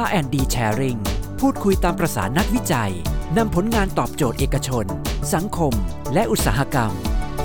R&D Sharing พูดคุยตามประสานักวิจัยนำผลงานตอบโจทย์เอกชนสังคมและอุตสาหกรรม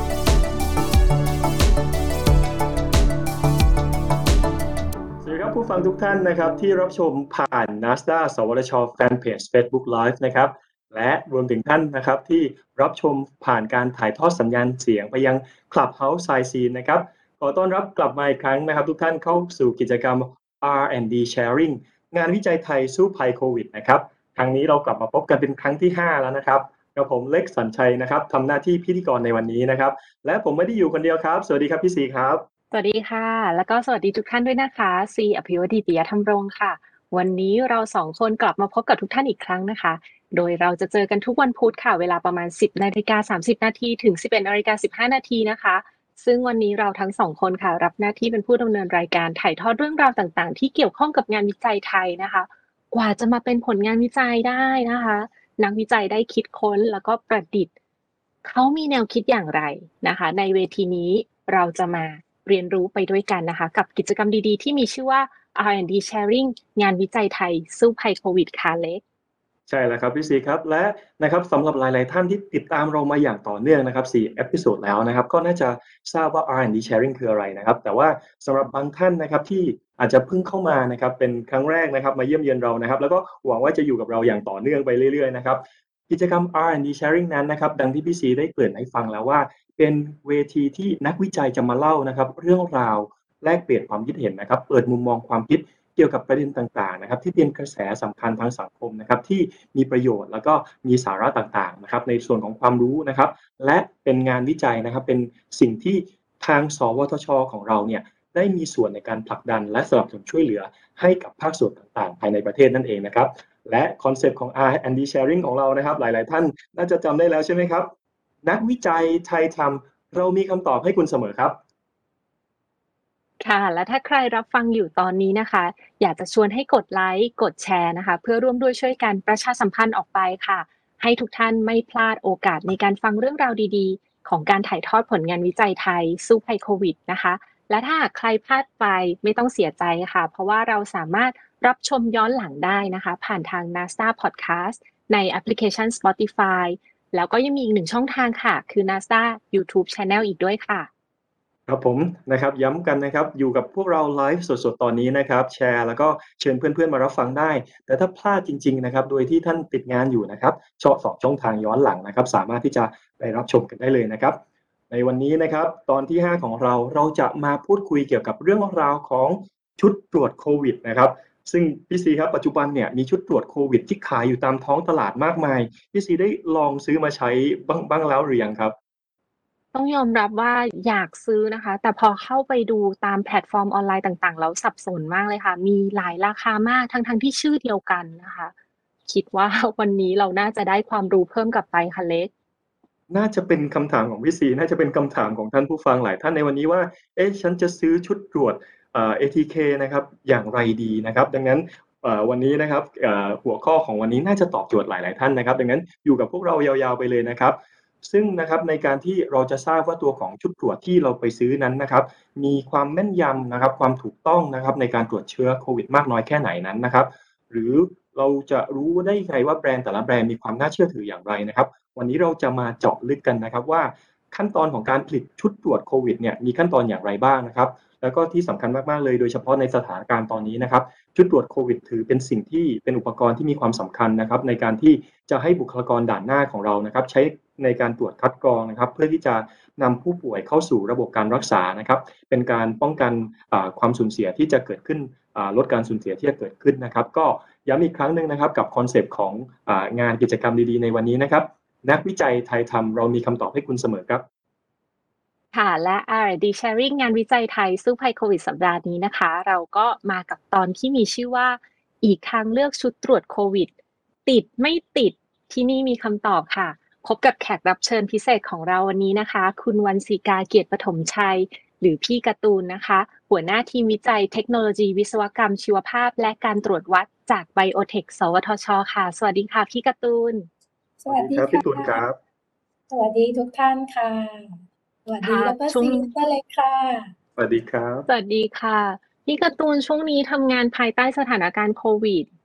สวัสดีครับผู้ฟังทุกท่านนะครับที่รับชมผ่าน NASDA สวทช Fanpage Facebook Live นะครับและรวมถึงท่านนะครับที่รับชมผ่านการถ่ายทอดสัญญาณเสียงไปยัง Clubhouse Side Scene นะครับขอต้อนรับกลับมาอีกครั้งนะครับทุกท่านเข้าสู่กิจกรรม R&D Sharing งานวิจัยไทยสู้ภัยโควิดนะครับครั้งนี้เรากลับมาพบกันเป็นครั้งที่5แล้วนะครับกับผมเล็กสัญชัยนะครับทำหน้าที่พิธีกรในวันนี้นะครับและผมไม่ได้อยู่คนเดียวครับสวัสดีครับพี่ซีครับสวัสดีค่ะแล้วก็สวัสดีทุกท่านด้วยนะคะซีอภิวดีปิยธรรมรงค์ค่ะวันนี้เรา2คนกลับมาพบกับทุกท่านอีกครั้งนะคะโดยเราจะเจอกันทุกวันพุธค่ะเวลาประมาณ 10:30 นถึง 11:15 นนะคะซึ่งวันนี้เราทั้ง2คนค่ะรับหน้าที่เป็นผู้ดำเนินรายการถ่ายทอดเรื่องราวต่างๆที่เกี่ยวข้องกับงานวิจัยไทยนะคะกว่าจะมาเป็นผลงานวิจัยได้นะคะนักวิจัยได้คิดค้นแล้วก็ประดิษฐ์เขามีแนวคิดอย่างไรนะคะในเวทีนี้เราจะมาเรียนรู้ไปด้วยกันนะคะกับกิจกรรมดีๆที่มีชื่อว่า R&D Sharing งานวิจัยไทยสู้ภัยโควิดค่ะเล็กใช่แล้วครับพี่ซีครับและนะครับสำหรับหลายๆท่านที่ติดตามเรามาอย่างต่อเนื่องนะครับ4เอพิโซดแล้วนะครับก็น่าจะทราบว่า R&D Sharing คืออะไรนะครับแต่ว่าสำหรับบางท่านนะครับที่อาจจะเพิ่งเข้ามานะครับเป็นครั้งแรกนะครับมาเยี่ยมเยียนเรานะครับแล้วก็หวังว่าจะอยู่กับเราอย่างต่อเนื่องไปเรื่อยๆนะครับกิจกรรม R&D Sharing นั้นนะครับดังที่พี่ซีได้เกริ่นให้ฟังแล้วว่าเป็นเวทีที่นักวิจัยจะมาเล่านะครับเรื่องราวแลกเปลี่ยนความคิดเห็นนะครับเปิดมุมมองความคิดเกี่ยวกับประเด็นต่างๆนะครับที่เป็นกระแสสำคัญทางสังคมนะครับที่มีประโยชน์แล้วก็มีสาระต่างๆนะครับในส่วนของความรู้นะครับและเป็นงานวิจัยนะครับเป็นสิ่งที่ทางสวทชของเราเนี่ยได้มีส่วนในการผลักดันและสนับสนุนช่วยเหลือให้กับภาคส่วนต่างๆภายในประเทศนั่นเองนะครับและคอนเซปต์ของ R&D Sharing ของเรานะครับหลายๆท่านน่าจะจำได้แล้วใช่ไหมครับนักวิจัยไทยทำเรามีคำตอบให้คุณเสมอครับค่ะและถ้าใครรับฟังอยู่ตอนนี้นะคะอยากจะชวนให้กดไลค์กดแชร์นะคะเพื่อร่วมด้วยช่วยกันประชาสัมพันธ์ออกไปค่ะให้ทุกท่านไม่พลาดโอกาสในการฟังเรื่องราวดีๆของการถ่ายทอดผลงานวิจัยไทยสู้ภัยโควิดนะคะและถ้าหากใครพลาดไปไม่ต้องเสียใจค่ะเพราะว่าเราสามารถรับชมย้อนหลังได้นะคะผ่านทาง NASDA Podcast ในแอปพลิเคชัน Spotify แล้วก็ยังมีอีกหนึ่งช่องทางค่ะคือ NASDA YouTube Channel อีกด้วยค่ะครับผมนะครับย้ำกันนะครับอยู่กับพวกเราไลฟ์สดๆตอนนี้นะครับแชร์แล้วก็เชิญเพื่อนๆมารับฟังได้แต่ถ้าพลาดจริงๆนะครับโดยที่ท่านติดงานอยู่นะครับ2 ช่องทางย้อนหลังนะครับสามารถที่จะไปรับชมกันได้เลยนะครับในวันนี้นะครับตอนที่5ของเราจะมาพูดคุยเกี่ยวกับเรื่องราวของชุดตรวจโควิดนะครับซึ่งพี่ซีครับปัจจุบันเนี่ยมีชุดตรวจโควิดที่ขายอยู่ตามท้องตลาดมากมายพี่ซีได้ลองซื้อมาใช้บ้างแล้วหรือยังครับต้องยอมรับว่าอยากซื้อนะคะแต่พอเข้าไปดูตามแพลตฟอร์มออนไลน์ต่างๆแล้วสับสนมากเลยค่ะมีหลายราคามากทั้งๆที่ชื่อเดียวกันนะคะคิดว่าวันนี้เราน่าจะได้ความรู้เพิ่มกลับไปค่ะเล็กน่าจะเป็นคำถามของพี่ซีน่าจะเป็นคำถามของท่านผู้ฟังหลายท่านในวันนี้ว่าเอ๊ะฉันจะซื้อชุดตรวจATK นะครับอย่างไรดีนะครับดังนั้นวันนี้นะครับหัวข้อของวันนี้น่าจะตอบโจทย์หลายๆท่านนะครับดังนั้นอยู่กับพวกเรายาวๆไปเลยนะครับซึ่งนะครับในการที่เราจะทราบว่าตัวของชุดตรวจที่เราไปซื้อนั้นนะครับมีความแม่นยำนะครับความถูกต้องนะครับในการตรวจเชื้อโควิดมากน้อยแค่ไหนนั้นนะครับหรือเราจะรู้ได้ยังไงว่าแบรนด์แต่ละแบรนด์มีความน่าเชื่อถืออย่างไรนะครับ วันนี้เราจะมาเจาะลึกกันนะครับว่าขั้นตอนของการผลิตชุดตรวจโควิดเนี่ยมีขั้นตอนอย่างไรบ้างนะครับแล้วก็ที่สำคัญมากๆเลยโดยเฉพาะในสถานการณ์ตอนนี้นะครับชุดตรวจโควิดถือเป็นสิ่งที่เป็นอุปกรณ์ที่มีความสำคัญนะครับในการที่จะให้บุคลากรด่านหน้าของเรานะครับใช้ในการตรวจคัดกรองนะครับเพื่อที่จะนำผู้ป่วยเข้าสู่ระบบการรักษานะครับเป็นการป้องกันความสูญเสียที่จะเกิดขึ้นลดการสูญเสียที่จะเกิดขึ้นนะครับก็ย้ำอีกครั้งหนึ่งนะครับกับคอนเซปต์ของงานกิจกรรมดีๆในวันนี้นะครับ นักวิจัยไทยทำเรามีคำตอบให้คุณเสมอครับค่ะและ R&D Sharing งานวิจัยไทยสู้ภัยโควิดสัปดาห์นี้นะคะเราก็มากับตอนที่มีชื่อว่าอีกทางเลือกชุดตรวจโควิดติดไม่ติดที่นี่มีคำตอบค่ะพบกับแขกรับเชิญพิเศษของเราวันนี้นะคะคุณวรรณศิกาเกียรติปฐมชัยหรือพี่การ์ตูนนะคะหัวหน้าทีมวิจัยเทคโนโลยีวิศวกรรมชีวภาพและการตรวจวัดจากไบโอเทคสวทชค่ะสวัสดีค่ะพี่การ์ตูนสวัสดีครับพี่ตูนครับสวัสดีทุกท่านค่ะสวัสดีแล้วก็ซีก็เลยค่ะสวัสดีครับสวัสดีค่ะพี่การ์ตูนช่วงนี้ทำงานภายใต้สถานการณ์โควิดเ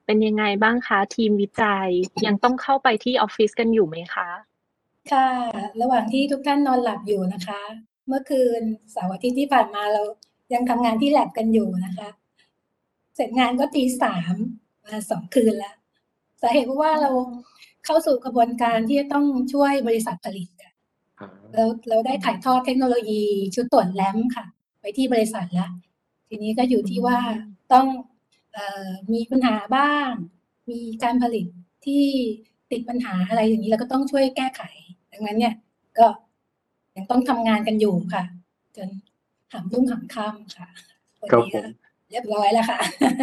เป็นยังไงบ้างคะทีมวิจัยยังต้องเข้าไปที่ออฟฟิศกันอยู่ไหมคะค่ะ ระหว่างที่ทุกท่านนอนหลับอยู่นะคะ เมื่อคืนเสาร์อาทิตย์ที่ผ่านมาเรายังทำงานที่แลบกันอยู่นะคะ เสร็จงานก็ตี 3มา2 คืนแล้ว สาเหตุเพราะว่าเราเข้าสู่กระบวนการที่จะต้องช่วยบริษัทผลิตค่ะเราได้ถ่ายทอดเทคโนโลยีชุดตรวจแลมค่ะ ไปที่บริษัทแล้ว ทีนี้ก็อยู่ที่ว่าต้องมีปัญหาบ้าง มีการผลิตที่ติดปัญหาอะไรอย่างนี้เราก็ต้องช่วยแก้ไข ดังนั้นเนี่ยก็ยังต้องทำงานกันอยู่ค่ะ จนหามรุ่งหามค่ำค่ะวันนี้ก็เรียบร้อยแล้วค่ะ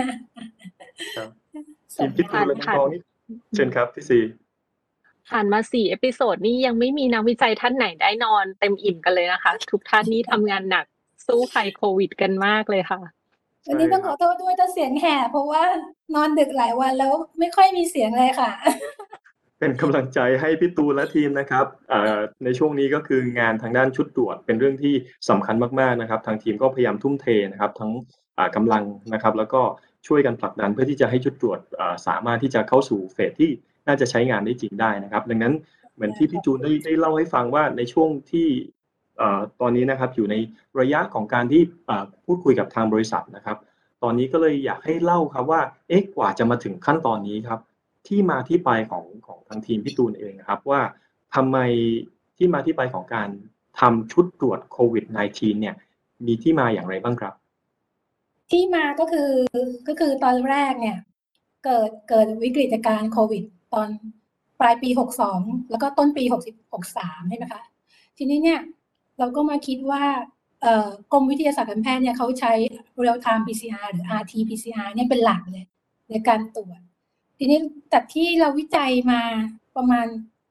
ทีมพี่ตูนและน้องทองนี่เชิญครับพี่ซีผ่านมา4 เอพิโซดนี่ยังไม่มีนักวิจัยท่านไหนได้นอนเต็มอิ่มกันเลยนะคะ ทุกท่านนี่ทำงานหนักสู้ภัยโควิดกันมากเลยค่ะวันนี้ต้องขอโทษด้วยถ้าเสียงแหบเพราะว่านอนดึกหลายวันแล้วไม่ค่อยมีเสียงเลยค่ะเป็นกำลังใจให้พี่ตูนและทีมนะครับในช่วงนี้ก็คืองานทางด้านชุดตรวจเป็นเรื่องที่สำคัญมากๆนะครับทางทีมก็พยายามทุ่มเทนะครับทั้งกำลังนะครับแล้วก็ช่วยกันผลักดันเพื่อที่จะให้ชุดตรวจสามารถที่จะเข้าสู่เฟสที่น่าจะใช้งานได้จริงได้นะครับดังนั้นเหมือนที่พี่จูนได้เล่าให้ฟังว่าในช่วงที่ตอนนี้นะครับอยู่ในระยะของการที่พูดคุยกับทางบริษัทนะครับตอนนี้ก็เลยอยากให้เล่าครับว่ากว่าจะมาถึงขั้นตอนนี้ครับที่มาที่ไปของทางทีมพี่ตูนเองครับว่าทำไมที่มาที่ไปของการทำชุดตรวจโควิด -19 เนี่ยมีที่มาอย่างไรบ้างครับที่มาก็คือตอนแรกเนี่ยเกิดวิกฤตการณ์โควิดตอนปลายปี62แล้วก็ต้นปี63ใช่ไหมคะทีนี้เนี่ยเราก็มาคิดว่ากรมวิทยาศาสตร์การแพทย์เนี่ยเขาใช้ real time PCR หรือ RT-PCR เนี่ยเป็นหลักเลยในการตรวจทีนี้จากที่เราวิจัยมาประมาณ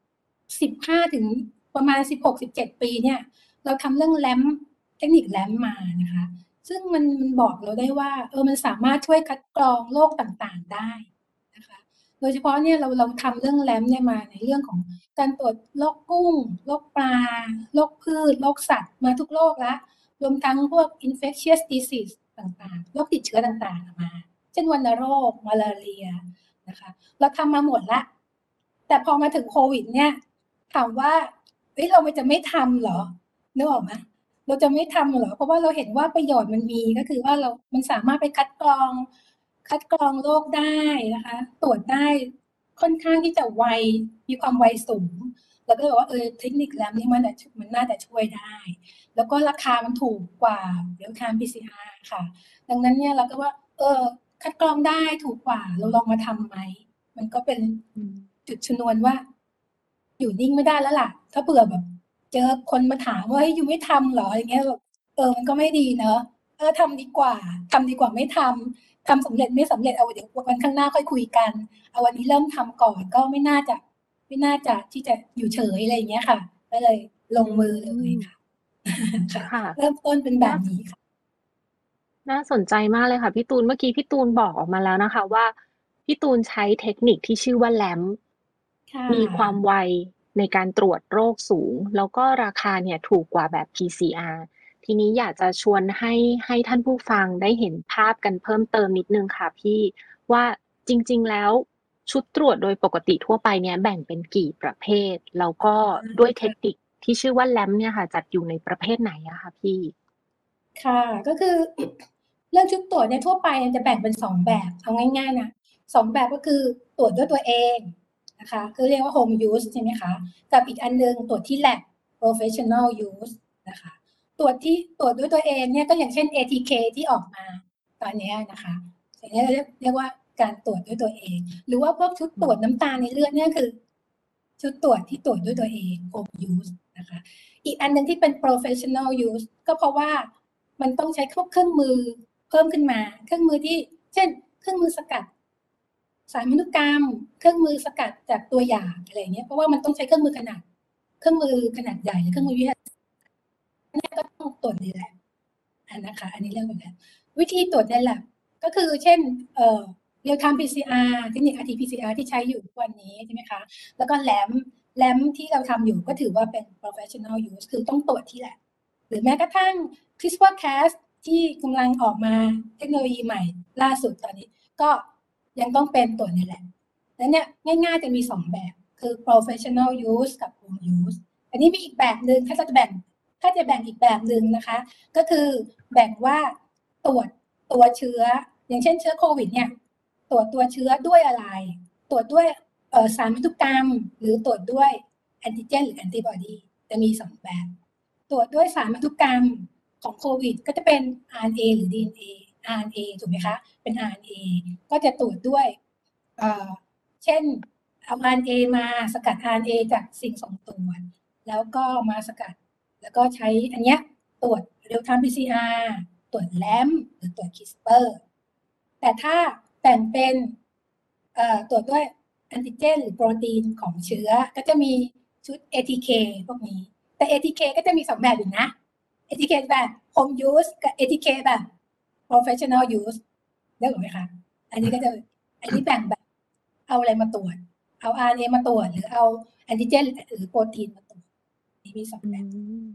15ถึงประมาณ16-17 ปีเนี่ยเราทำเรื่องแลมเทคนิคแลมมานะคะซึ่งมันบอกเราได้ว่ามันสามารถช่วยคัดกรองโรคต่างๆได้นะคะโดยเฉพาะเนี่ยเราทำเรื่องแลมเนี่ยมาในเรื่องของการตรวจโรคกุ้งโรคปลาโรคพืชโรคสัตว์มาทุกโรคแล้วรวมทั้งพวก infectious disease ต่างๆโรคติดเชื้อต่างๆมาเช่นวัณโรคมาลาเรียนะคะเราทำมาหมดละแต่พอมาถึงโควิดเนี่ยถามว่าเราจะไม่ทำเหรอนึกออกไหมเราจะไม่ทำเหรอเพราะว่าเราเห็นว่าประโยชน์มันมีก็คือว่ามันสามารถไปคัดกรองโรคได้นะคะตรวจได้ค่อนข้างที่จะไวมีความไวสูงแล้วก็บอกว่าเทคนิคแล้วนี่มันน่าจะช่วยได้แล้วก็ราคามันถูกกว่าreal time PCR ค่ะดังนั้นเนี่ยเราก็ว่าคัดกรองได้ถูกกว่าเราลองมาทำไหมมันก็เป็นจุดชนวนว่าอยู่นิ่งไม่ได้แล้วล่ะถ้าเผื่อแบบเจอคนมาถามว่าอยู่ไม่ทำเหรออย่างเงี้ยแบบมันก็ไม่ดีเนอะทำดีกว่าไม่ทำสำเร็จไม่สำเร็จเอาเดี๋ยววันข้างหน้าค่อยคุยกันเอาวันนี้เริ่มทำก่อนก็ไม่น่าจะที่จะอยู่เฉยอะไรอย่างเงี้ยค่ะก็เลยลงมือเลยค่ะเริ่มต้นเป็นแบบนี้ค่ะน่าสนใจมากเลยค่ะพี่ตูนเมื่อกี้พี่ตูนบอกออกมาแล้วนะคะว่าพี่ตูนใช้เทคนิคที่ชื่อว่าแลมมีความไวในการตรวจโรคสูงแล้วก็ราคาเนี่ยถูกกว่าแบบ PCR ทีนี้อยากจะชวนให้ท่านผู้ฟังได้เห็นภาพกันเพิ่มเติมนิดนึงค่ะพี่ว่าจริงๆแล้วชุดตรวจโดยปกติทั่วไปเนี่ยแบ่งเป็นกี่ประเภทแล้วก็ด้วยเทคนิคที่ชื่อว่าแลมเนี่ยค่ะจัดอยู่ในประเภทไหนอะคะพี่ค่ะก็คือเรื่องชุดตรวจเนี่ยทั่วไปจะแบ่งเป็น2แบบเอาง่ายๆนะ2แบบก็คือตรวจด้วยตัวเองนะคะคือเรียกว่า home use ใช่ไหมคะกับอีกอันนึงตรวจที่ lab professional use นะคะตรวจด้วยตัวเองเนี่ยก็อย่างเช่น ATK ที่ออกมาตอนนี้นะคะอย่างนี้เรียกว่าการตรวจด้วยตัวเองหรือว่าพวกชุดตรวจน้ำตาลในเลือดเนี่ยคือชุดตรวจที่ตรวจด้วยตัวเอง home use นะคะอีกอันนึงที่เป็น professional use ก็เพราะว่ามันต้องใช้เครื่องมือเพิ่มขึ้นมาเครื่องมือที่เช่นเครื่องมือสกัดสารพันธุกรรมเครื่องมือสกัดจากตัวอย่างอะไรเงี้ยเพราะว่ามันต้องใช้เครื่องมือขนาดใหญ่หรือเครื่องมือวิทยาศาสตร์เนี่ยก็ต้องตรวจในแลบนะคะอันนี้เรื่องแบบนั้นวิธีตรวจในแลบก็คือเช่นreal time PCR เทคนิค RT-PCR ที่ใช้อยู่วันนี้ใช่ไหมคะแล้วก็แลมที่เราทำอยู่ก็ถือว่าเป็น professional use คือต้องตรวจที่แลบหรือแม้กระทั่ง CRISPR-Cas ที่กำลังออกมาเทคโนโลยีใหม่ล่าสุดตอนนี้ก็ยังต้องเป็นตรวจใน lab แล้วเนี่ยง่ายๆจะมี2แบบคือ professional use กับ home use อันนี้มีอีกแบบหนึ่งถ้าจะแบ่งอีกแบบหนึ่งนะคะ ก็คือแบ่งว่าตรวจตัวเชื้ออย่างเช่นเชื้อโควิดเนี่ยตรวจตัวเชื้อด้วยอะไรตรวจด้วยสารพันธุกรรมหรือตรวจด้วยแอนติเจนหรือแอนติบอดีจะมี2แบบตรวจด้วยสารพันธุกรรมของโควิดก็จะเป็น RNA หรือ DNA RNA ถูกไหมคะเป็น RNA ก็จะตรวจด้วยเช่นเอา RNA มาสกัด RNA จากสิ่งส่งตรวจแล้วก็มาสกัดแล้วก็ใช้อันเนี้ยตรวจ real time PCR ตรวจ LAMP หรือตรวจ CRISPR แต่ถ้าแบ่งเป็นตรวจด้วยแอนติเจนหรือโปรตีนของเชื้อก็จะมีชุด ATK พวกนี้แต่ ATK ก็จะมี2แบบอีกนะ ATK แบบ home use กับ ATK แบบ professional use ได้หรือไหมคะอันนี้แบ่งแบบเอาอะไรมาตรวจเอา RNA มาตรวจหรือเอาแอนติเจนหรือโปรตีนมาตรวจมี2แบบ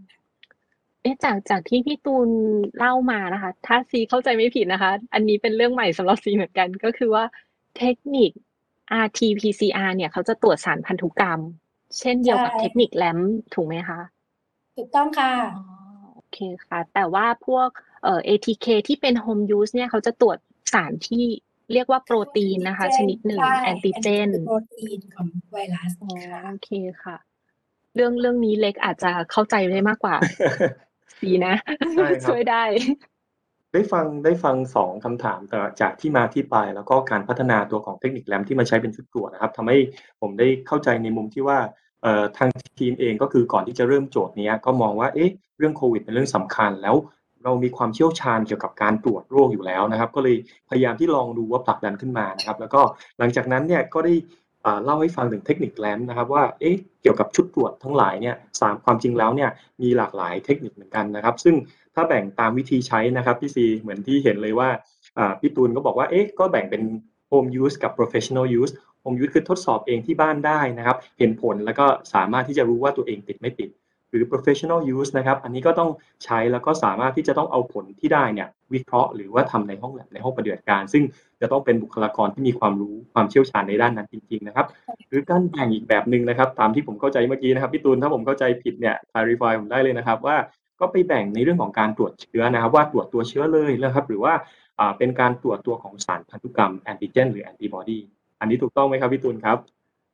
จากที่พี่ตูนเล่ามานะคะ ถ้าซีเข้าใจไม่ผิดนะคะ อันนี้เป็นเรื่องใหม่สำหรับซีเหมือนกันก็คือว่าเทคนิค RT-PCR เนี่ยเขาจะตรวจสารพันธุกรรม เช่นเดียวกับเทคนิค LAMP ถูกไหมคะถูกต้องค่ะโอเคค่ะ แต่ว่าพวกATK ที่เป็น home use เนี่ยเขาจะตรวจสารที่เรียกว่าโปรตีนนะคะ ชนิดหนึ่งแอนติเจนโปรตีนของไวรัสค่ะโอเคค่ะ เรื่องนี้เล็กอาจจะเข้าใจได้มากกว่าซีนะช่วยได้ได้ฟัง2คำถามแต่จากที่มาที่ไปแล้วก็การพัฒนาตัวของเทคนิคแลมที่มาใช้เป็นชุดตรวจนะครับทำให้ผมได้เข้าใจในมุมที่ว่าทางทีมเองก็คือก่อนที่จะเริ่มโจทย์นี้ก็มองว่าเรื่องโควิดเป็นเรื่องสำคัญแล้วเรามีความเชี่ยวชาญเกี่ยวกับการตรวจโรคอยู่แล้วนะครับก็เลยพยายามที่ลองดูว่าผลักดันขึ้นมานะครับแล้วก็หลังจากนั้นเนี่ยก็ได้เล่าให้ฟังถึงเทคนิคแลมนะครับว่าเกี่ยวกับชุดตรวจทั้งหลายเนี่ยความจริงแล้วเนี่ยมีหลากหลายเทคนิคเหมือนกันนะครับซึ่งถ้าแบ่งตามวิธีใช้นะครับพี่ซีเหมือนที่เห็นเลยว่าพี่ตูนก็บอกว่าก็แบ่งเป็น home use กับ professional use home use คือทดสอบเองที่บ้านได้นะครับเห็นผลแล้วก็สามารถที่จะรู้ว่าตัวเองติดไม่ติดหรือ professional use นะครับอันนี้ก็ต้องใช้แล้วก็สามารถที่จะต้องเอาผลที่ได้เนี่ยวิเคราะห์หรือว่าทำในห้องแลบในห้องปฏิบัติการซึ่งจะต้องเป็นบุคลากรที่มีความรู้ความเชี่ยวชาญในด้านนั้นจริงๆนะครับหรือการแบ่งอีกแบบนึงนะครับตามที่ผมเข้าใจเมื่อกี้นะครับพี่ตูนถ้าผมเข้าใจผิดเนี่ย clarify ผมได้เลยนะครับว่าก็ไปแบ่งในเรื่องของการตรวจเชื้อนะครับว่าตรวจตัวเชื้อเลยนะครับหรือว่าเป็นการตรวจตัวของสารพันธุกรรมแอนติเจนหรือแอนติบอดีอันนี้ถูกต้องไหมครับพี่ตูนครับ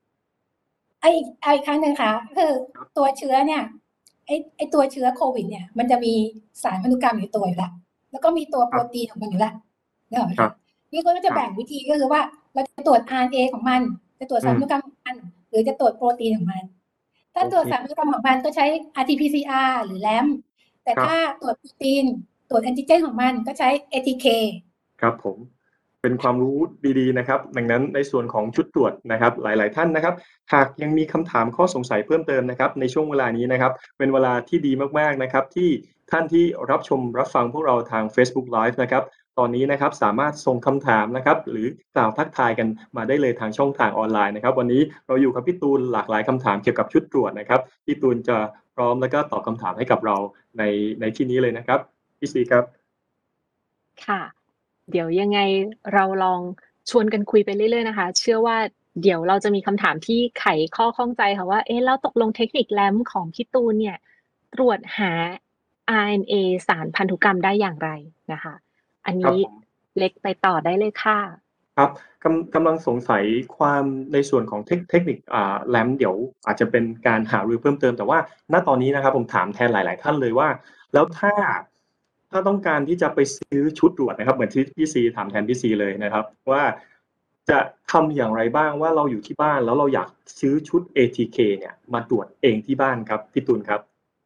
อีกครั้งหนึ่งค่ะคือตัวเชื้อเนี่ยไอตัวเชื้อโควิดเนี่ยมันจะมีสารพันธุกรรมอยู่ตัวอยู่แล้วก็มีตัวโปรตีนของมันอยู่แล้วได้ไหมคะนี่ก็จะแบ่งวิธีก็คือว่าเราจะตรวจ RNA ของมันจะตรวจสารพันธุกรรมของมันหรือจะตรวจโปรตีนของมันถ้าตรวจสารพันธุกรรมของมันก็ใช้ RT-PCR หรือ LAMP แต่ถ้าตรวจโปรตีนตรวจแอนติเจนของมันก็ใช้ ATK ครับผมเป็นความรู้ดีๆนะครับดังนั้นในส่วนของชุดตรวจนะครับหลายๆท่านนะครับหากยังมีคำถามข้อสงสัยเพิ่มเติมนะครับในช่วงเวลานี้นะครับเป็นเวลาที่ดีมากๆนะครับที่ท่านที่รับชมรับฟังพวกเราทาง Facebook Live นะครับตอนนี้นะครับสามารถส่งคำถามนะครับหรือกล่าวทักทายกันมาได้เลยทางช่องทางออนไลน์นะครับวันนี้เราอยู่กับพี่ตูนหลากหลายคำถามเกี่ยวกับชุดตรวจนะครับพี่ตูนจะพร้อมแล้วก็ตอบคำถามให้กับเราในที่นี้เลยนะครับพี่ซีครับค่ะเดี๋ยวยังไงเราลองชวนกันคุยไปเรื่อยๆนะคะเชื่อว่าเดี๋ยวเราจะมีคำถามที่ไขข้อข้องใจค่ะว่าแล้วตกลงเทคนิคแลมของพี่ตูนเนี่ยตรวจหา RNA สารพันธุกรรมได้อย่างไรนะคะอันนี้เล็กไปต่อได้เลยค่ะครับกำลังสงสัยความในส่วนของเทคนิคแลมเดี๋ยวอาจจะเป็นการหารือเพิ่มเติมแต่ว่าณตอนนี้นะครับผมถามแทนหลายๆท่านเลยว่าแล้วถ้าต้องการที่จะไปซื้อชุดตรวจนะครับเหมือนที่พี่ซีถามแทนพี่ซีเลยนะครับว่าจะทำอย่างไรบ้างว่าเราอยู่ที่บ้านแล้วเราอยากซื้อชุด ATK เนี่ยมาตรวจเองที่บ้านครับพี่ตูนครับ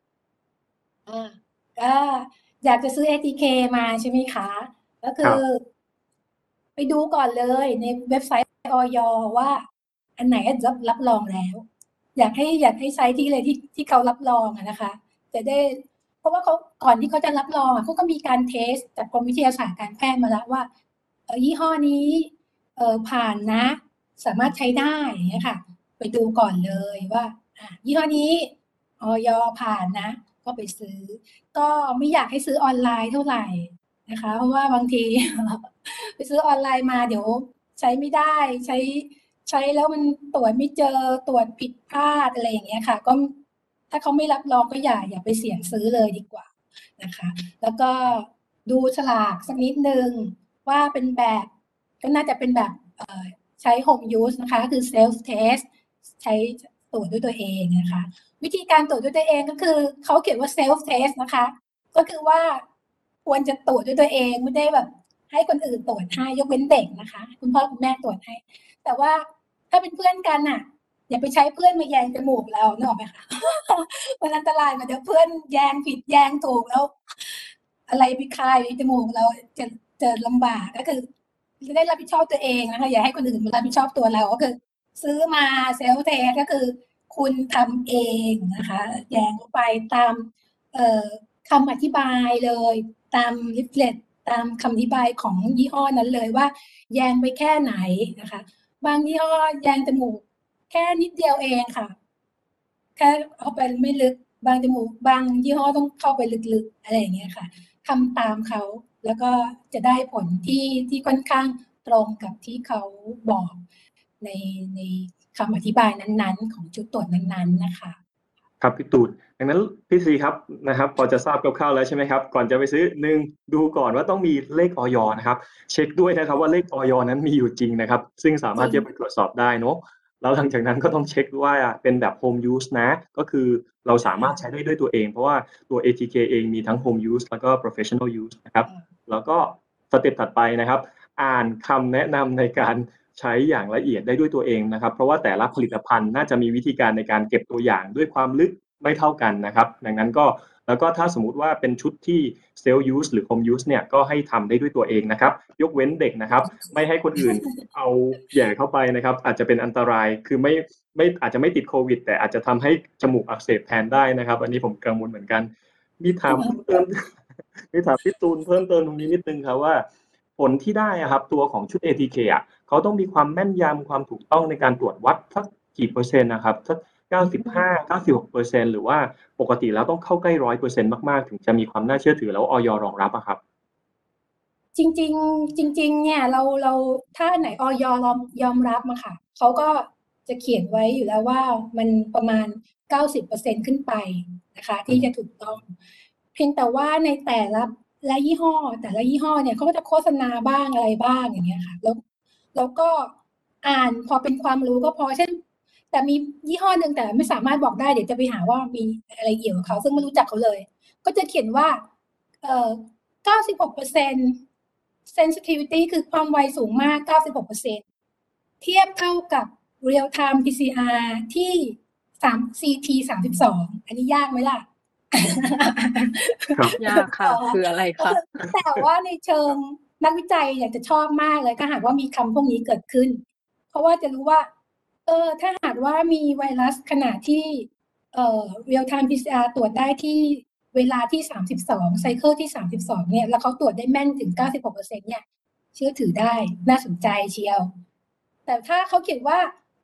ก็อยากจะซื้อ ATK มาใช่ไหมคะก็คือไปดูก่อนเลยในเว็บไซต์อย.ว่าอันไหนรับรองแล้วอยากให้ใช้ที่เลยที่เขารับรองนะคะจะได้เพราะว่าเขาก่อนที่เขาจะรับรองเขาก็มีการเทสจากกรมวิทยาศาสตร์การแพทย์มาแล้วว่ายี่ห้อนี้ผ่านนะสามารถใช้ได้อย่างเงี้ยค่ะไปดูก่อนเลยว่ายี่ห้อนี้อย.ผ่านนะก็ไปซื้อก็ไม่อยากให้ซื้อออนไลน์เท่าไหร่นะคะเพราะว่าบางที ไปซื้อออนไลน์มาเดี๋ยวใช้ไม่ได้ใช้แล้วมันตรวจไม่เจอตรวจผิดพลาดอะไรอย่างเงี้ยค่ะก็ถ้าเขาไม่รับรองก็อย่าไปเสี่ยงซื้อเลยดีกว่านะคะแล้วก็ดูฉลากสักนิดนึงว่าเป็นแบบก็น่าจะเป็นแบบใช้ home use นะคะก็คือ self test ใช้ตรวจด้วยตัวเองนะคะวิธีการตรวจด้วยตัวเองก็คือเขาเขียนว่า self test นะคะก็คือว่าควรจะตรวจด้วยตัวเองไม่ได้แบบให้คนอื่นตรวจให้ยกเว้นเด็กนะคะคุณพ่อคุณแม่ตรวจให้แต่ว่าถ้าเป็นเพื่อนกันน่ะอย่าไปใช้เพื่อนมาแยงจมูกเรานึกออกไหมคะมันอันตรายมันเดี๋ยวเพื่อนแยงผิดแยงถูกแล้วอะไรไปคายจมูกเราจะลำบากก็คือจะได้รับผิดชอบตัวเองนะคะอย่าให้คนอื่นมารับผิดชอบตัวเราก็คือซื้อมาเซลฟ์เทสก็คือคุณทำเองนะคะแยงลงไปตามคำอธิบายเลยตามลิฟเลตตามคำอธิบายของยี่ห้อนั้นเลยว่าแยงไปแค่ไหนนะคะบางยี่ห้อแยงจมูกแค่นิดเดียวเองค่ะแค่เข้าไปไม่ลึกบางจมูกบางยี่ห้อต้องเข้าไปลึกๆอะไรอย่างเงี้ยค่ะทำตามเขาแล้วก็จะได้ผลที่ค่อนข้างตรงกับที่เขาบอกในคำอธิบายนั้นๆของชุดตรวจนั้นๆนะคะครับพี่ตูนดังนั้นพี่ซีครับนะครับพอจะทราบคร่าวๆแล้วใช่ไหมครับก่อนจะไปซื้อดูก่อนว่าต้องมีเลขอย.นะครับเช็คด้วยนะครับว่าเลขอย.นั้นมีอยู่จริงนะครับซึ่งสามารถที่จะไปตรวจสอบได้เนาะแล้วหลังจากนั้นก็ต้องเช็คว่าเป็นแบบ home use นะก็คือเราสามารถใช้ได้ด้วยตัวเองเพราะว่าตัว ATK เองมีทั้ง home use แล้วก็ professional use นะครับแล้วก็สเต็ปถัดไปนะครับอ่านคำแนะนำในการใช้อย่างละเอียดได้ด้วยตัวเองนะครับเพราะว่าแต่ละผลิตภัณฑ์น่าจะมีวิธีการในการเก็บตัวอย่างด้วยความลึกไม่เท่ากันนะครับดังนั้นก็แล้วก็ถ้าสมมุติว่าเป็นชุดที่ self use หรือ home use เนี่ยก็ให้ทำได้ด้วยตัวเองนะครับยกเว้นเด็กนะครับไม่ให้คนอื่นเอาแหย่เข้าไปนะครับอาจจะเป็นอันตรายคือไม่อาจจะไม่ติดโควิดแต่อาจจะทำให้จมูกอักเสบแทนได้นะครับอันนี้ผมกังวลเหมือนกันมีถามพี่ตูนเพิ่มเติมตรงนี้นิดนึงครับว่าผลที่ได้ครับตัวของชุด ATK เขาต้องมีความแม่นยำความถูกต้องในการตรวจวัดสักกี่เปอร์เซ็นต์นะครับสัก95-96%หรือว่าปกติแล้วต้องเข้าใกล้ 100% มากๆถึงจะมีความน่าเชื่อถือแล้วอย.รองรับอะครับจริงเนี่ยเราถ้าไหนอย.ยอมรับมาค่ะเขาก็จะเขียนไว้อยู่แล้วว่ามันประมาณ 90% ขึ้นไปนะคะที่จะถูกต้องเพียงแต่ว่าในแต่ละยี่ห้อเนี่ยเขาก็จะโฆษณาบ้างอะไรบ้างอย่างเงี้ยค่ะแล้วก็อ่านพอเป็นความรู้ก็พอเช่นแต่มียี่ห้อหนึ่งแต่ไม่สามารถบอกได้เดี๋ยวจะไปหาว่ามีอะไรเกี่ยวกับเขาซึ่งไม่รู้จักเขาเลยก็จะเขียนว่า96% sensitivity คือความไวสูงมาก 96% เทียบเท่ากับ real time PCR ที่CT 32อันนี้ยากไหมล่ะยากค่ะ คืออะไรคะแต่ว่าในเชิงนักวิจัยอยากจะชอบมากเลยถ้าหากว่ามีคำพวกนี้เกิดขึ้นเพราะว่าจะรู้ว่าถ้าหากว่ามีไวรัสขนาดที่real time PCR ตรวจได้ที่เวลาที่32ไซเคิลที่32เนี่ยแล้วเขาตรวจได้แม่นถึง 96% เนี่ยเชื่อถือได้น่าสนใจเชียวแต่ถ้าเขาเขียนว่า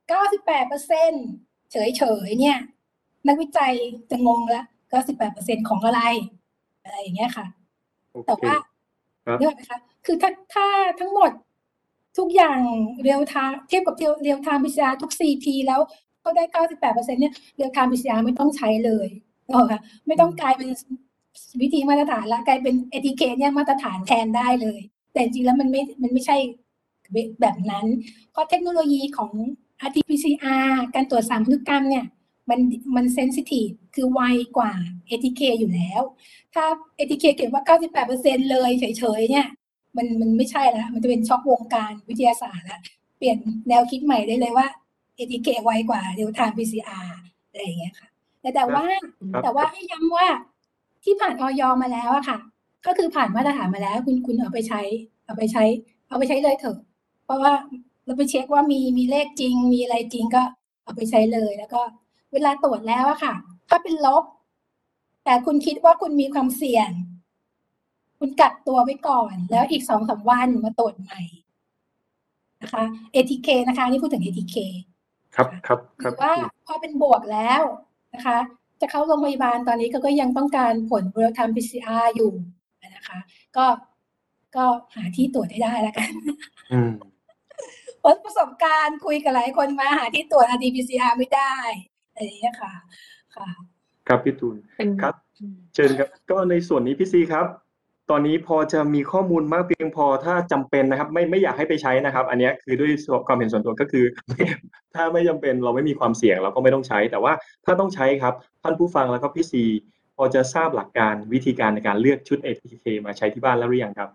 98% เฉยๆเนี่ยนักวิจัยจะงงแล้ว 98% ของอะไรอย่างเงี้ยค่ะแต่ว่าเรื่องนะคะคือถ้าทั้งหมดทุกอย่างเรียลไทม์เทียบกับเรียลไทม์ PCR ทุก CT แล้วก็ได้ 98% เนี่ยเรียลไทม์ PCR ไม่ต้องใช้เลยนะคะไม่ต้องกลายเป็นวิธีมาตรฐานแล้วกลายเป็น ATK เนี่ยมาตรฐานแทนได้เลยแต่จริงๆแล้วมันไม่ใช่แบบนั้นเพราะเทคโนโลยีของ RT-PCR การตรวจ3พันธุกรรมเนี่ยมันเซนซิทีฟคือไวกว่า ATK อยู่แล้วถ้า ATK เขียนว่า 98% เลยเฉยๆเนี่ยมันไม่ใช่แล้วมันจะเป็นช็อกวงการวิทยาศาสตร์แล้วเปลี่ยนแนวคิดใหม่ได้เลยว่า ATK ไวกว่า real time PCR อะไรอย่างเงี้ยค่ะแต่ว่าให้ย้ำว่าที่ผ่านอย.มาแล้วอะค่ะก็คือผ่านมาตรฐานมาแล้วคุณเอาไปใช้เลยเถอะเพราะว่าเราไปเช็คว่ามีเลขจริงมีอะไรจริงก็เอาไปใช้เลยแล้วก็เวลาตรวจแล้วอะค่ะถ้าเป็นลบแต่คุณคิดว่าคุณมีความเสี่ยงคุณกักตัวไว้ก่อนแล้วอีก 2-3 วันมาตรวจใหม่นะคะ ATK นะคะนี่พูดถึง ATK ครับหรือว่าพอเป็นบวกแล้วนะคะจะเข้าโรงพยาบาลตอนนี้ก็ยังต้องการผล real time PCR อยู่นะคะก็หาที่ตรวจให้ได้แล้วกันประสบการณ์คุยกับหลายคนมาหาที่ตรวจ RT-PCR ไม่ได้อะไรอย่างเงี้ยค่ะครับพี่ตูนเป็นครับเชิญครับก็ในส่วนนี้พี่ซีครับตอนนี้พอจะมีข้อมูลมากเพียงพอถ้าจำเป็นนะครับไม่อยากให้ไปใช้นะครับอันนี้คือด้วยความเห็นส่วนตัวก็คือ ถ้าไม่จำเป็นเราไม่มีความเสี่ยงเราก็ไม่ต้องใช้แต่ว่าถ้าต้องใช้ครับท่านผู้ฟังแล้วก็พี่ซีพอจะทราบหลักการวิธีการในการเลือกชุด ATK มาใช้ที่บ้านแล้วหรือยังครับ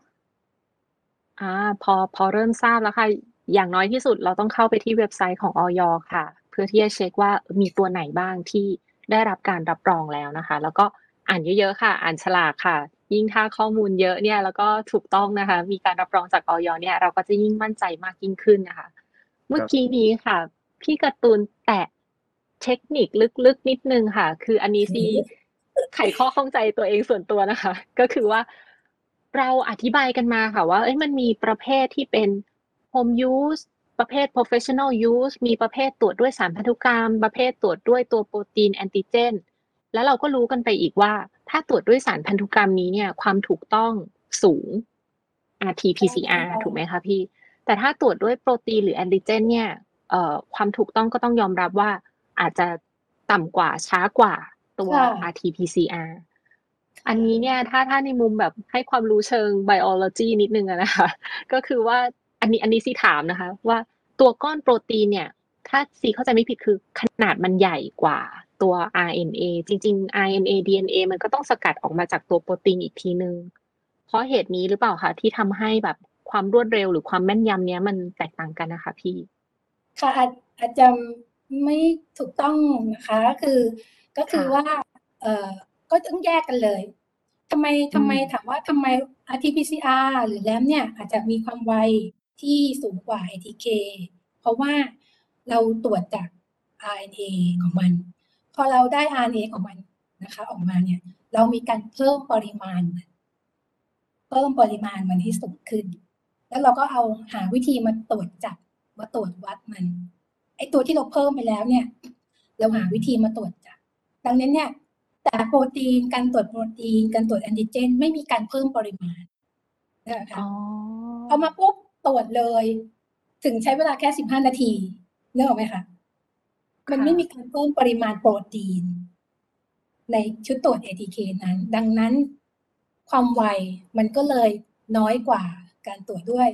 พอเริ่มทราบแล้วค่ะอย่างน้อยที่สุดเราต้องเข้าไปที่เว็บไซต์ของอย.ค่ะเพื่อที่จะเช็คว่ามีตัวไหนบ้างที่ได้รับการรับรองแล้วนะคะแล้วก็อ่านเยอะๆค่ะอ่านฉลากค่ะยิ่งถ้าข้อมูลเยอะเนี่ยแล้วก็ถูกต้องนะคะมีการรับรองจากอย.เนี่ยเราก็จะยิ่งมั่นใจมากยิ่งขึ้นนะคะเมื่อกี้นี้ค่ะพี่การ์ตูนแตะเทคนิคลึกๆนิดนึงค่ะคืออันนี้ซีไขข้อข้องใจตัวเองส่วนตัวนะคะก็คือว่าเราอธิบายกันมาค่ะว่ามันมีประเภทที่เป็น home use ประเภท professional use มีประเภทตรวจด้วยสารพันธุกรรมประเภทตรวจด้วยตัวโปรตีนแอนติเจนแล้วเราก็รู้กันไปอีกว่าถ้าตรวจด้วยสารพันธุกรรมนี้เนี่ยความถูกต้องสูง RT-PCR ถูกไหมคะพี่แต่ถ้าตรวจด้วยโปรตีนหรือแอนติเจนเนี่ยความถูกต้องก็ต้องยอมรับว่าอาจจะต่ำกว่าช้ากว่าตัว RT-PCR อันนี้เนี่ยถ้าในมุมแบบให้ความรู้เชิง biology นิดนึงนะคะก็คือว่าอันนี้ซีถามนะคะว่าตัวก้อนโปรตีนเนี่ยถ้าซีเข้าใจไม่ผิดคือขนาดมันใหญ่กว่าตัว RNA จริงๆ RNA DNA มันก็ต้องสกัดออกมาจากตัวโปรตีนอีกทีนึงเพราะเหตุนี้หรือเปล่าคะที่ทำให้แบบความรวดเร็วหรือความแม่นยำเนี้ยมันแตกต่างกันนะคะพี่ค่ะอาจจะไม่ถูกต้องนะคะก็คือว่าก็ต้องแยกกันเลยทำไมถามว่าทำไม RT-PCR หรือ LAMP เนี่ยอาจจะมีความไวที่สูงกว่า ATK เพราะว่าเราตรวจจาก RNA ของมันพอเราได้ RNA ของมันนะคะออกมาเนี่ยเรามีการเพิ่มปริมาณมันให้สูงขึ้นแล้วเราก็เอาหาวิธีมาตรวจวัดมันไอตัวที่เราเพิ่มไปแล้วเนี่ยเราหาวิธีมาตรวจจับดังนั้นเนี่ยแต่โปรตีนการตรวจโปรตีนการตรวจแอนติเจนไม่มีการเพิ่มปริมาณนะคะเอามาปุ๊บตรวจเลยถึงใช้เวลาแค่15 นาทีนึกออกไหมคะมันไม่มีการเพิ่มปริมาณโปรตีนในชุดตรวจ ATK นั้นดังนั้นความไวมันก็เลยน้อยกว่าการตรวจด้วย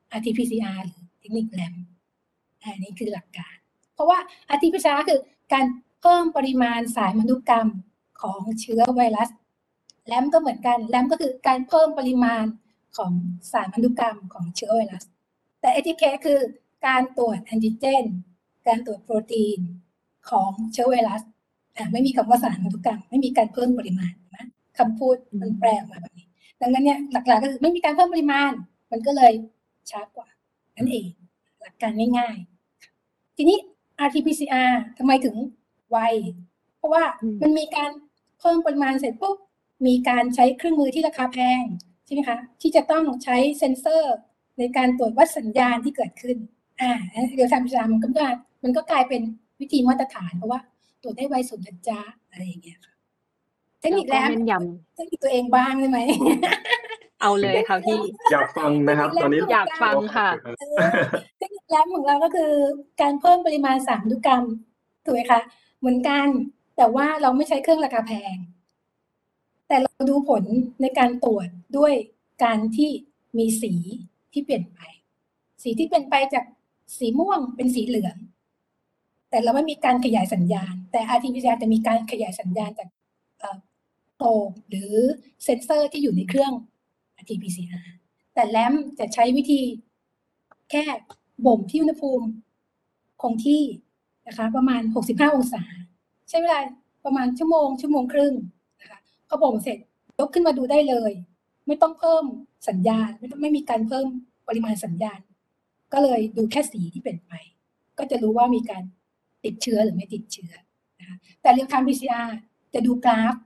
RT-PCR หรือเทคนิคแลมอันนี้คือหลักการเพราะว่า RT-PCR คือการเพิ่มปริมาณสายพันธุกรรมของเชื้อไวรัสแลมก็เหมือนกันแลมก็คือการเพิ่มปริมาณของสารพันธุกรรมของเชื้อไวรัสแต่ ATK คือการตรวจแอนติเจนการตรวจโปรตีนของเชื้อไวรัสไม่มีคำว่าสารพันธุกรรมไม่มีการเพิ่มปริมาณนะคำพูดมันแปลออกมาแบบนี้ดังนั้นเนี่ยหลักๆก็คือไม่มีการเพิ่มปริมาณมันก็เลยช้ากว่านั่นเองหลักการง่ายๆทีนี้ RT-PCR ทำไมถึงไวเพราะว่ามันมีการเพิ่มปริมาณเสร็จปุ๊บมีการใช้เครื่องมือที่ราคาแพงใช่ไหมคะที่จะต้องใช้เซ็นเซอร์ในการตรวจวัดสัญญาณที่เกิดขึ้นเดี๋ยวRT-PCRมันก็กลายเป็นวิธีมาตรฐานเพราะว่าตรวจได้ไวสุดนะจ๊ะอะไรอย่างเงี้ยค่ะเทคนิคแล้วเทคนิคตัวเองบ้างได้ไหมเอาเลยค่ะพี่อยากฟังนะครับตอนนี้อยากฟังค่ะเทคนิคแลบของเราก็คือการเพิ่มปริมาณสารพันธุกรรมถูกไหมคะเหมือนกันแต่ว่าเราไม่ใช้เครื่องราคาแพงแต่เราดูผลในการตรวจด้วยการที่มีสีที่เปลี่ยนไปสีที่เปลี่ยนไปจากสีม่วงเป็นสีเหลืองแต่เราไม่มีการขยายสัญญาณแต่ RT-PCR จะมีการขยายสัญญาณจากโปรบหรือเซ็นเซอร์ที่อยู่ในเครื่อง RT-PCR แต่แลมจะใช้วิธีแค่บ่มที่อุณหภูมิคงที่นะคะประมาณ65 องศาใช้เวลาประมาณชั่วโมงครึ่งนะคะพอบ่มเสร็จยกขึ้นมาดูได้เลยไม่ต้องเพิ่มสัญญาณไม่มีการเพิ่มปริมาณสัญญาณก็เลยดูแค่สีที่เปลี่ยนไปก็จะรู้ว่ามีการติดเชื้อหรือไม่ติดเชื้อนะคะแต่เรียลไทม์ PCR จะดูกราฟ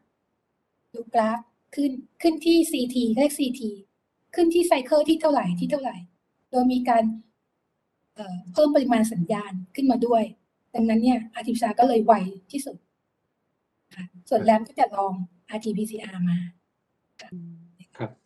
ขึ้นที่ CT เรียก CT ขึ้นที่ไซเคิลที่เท่าไหร่โดยมีการเพิ่มปริมาณสัญญาณขึ้นมาด้วยดังนั้นเนี่ย RT-PCR ก็เลยไวที่สุดค่ะส่วนแลมก็จะลอง RT-PCR มาครับ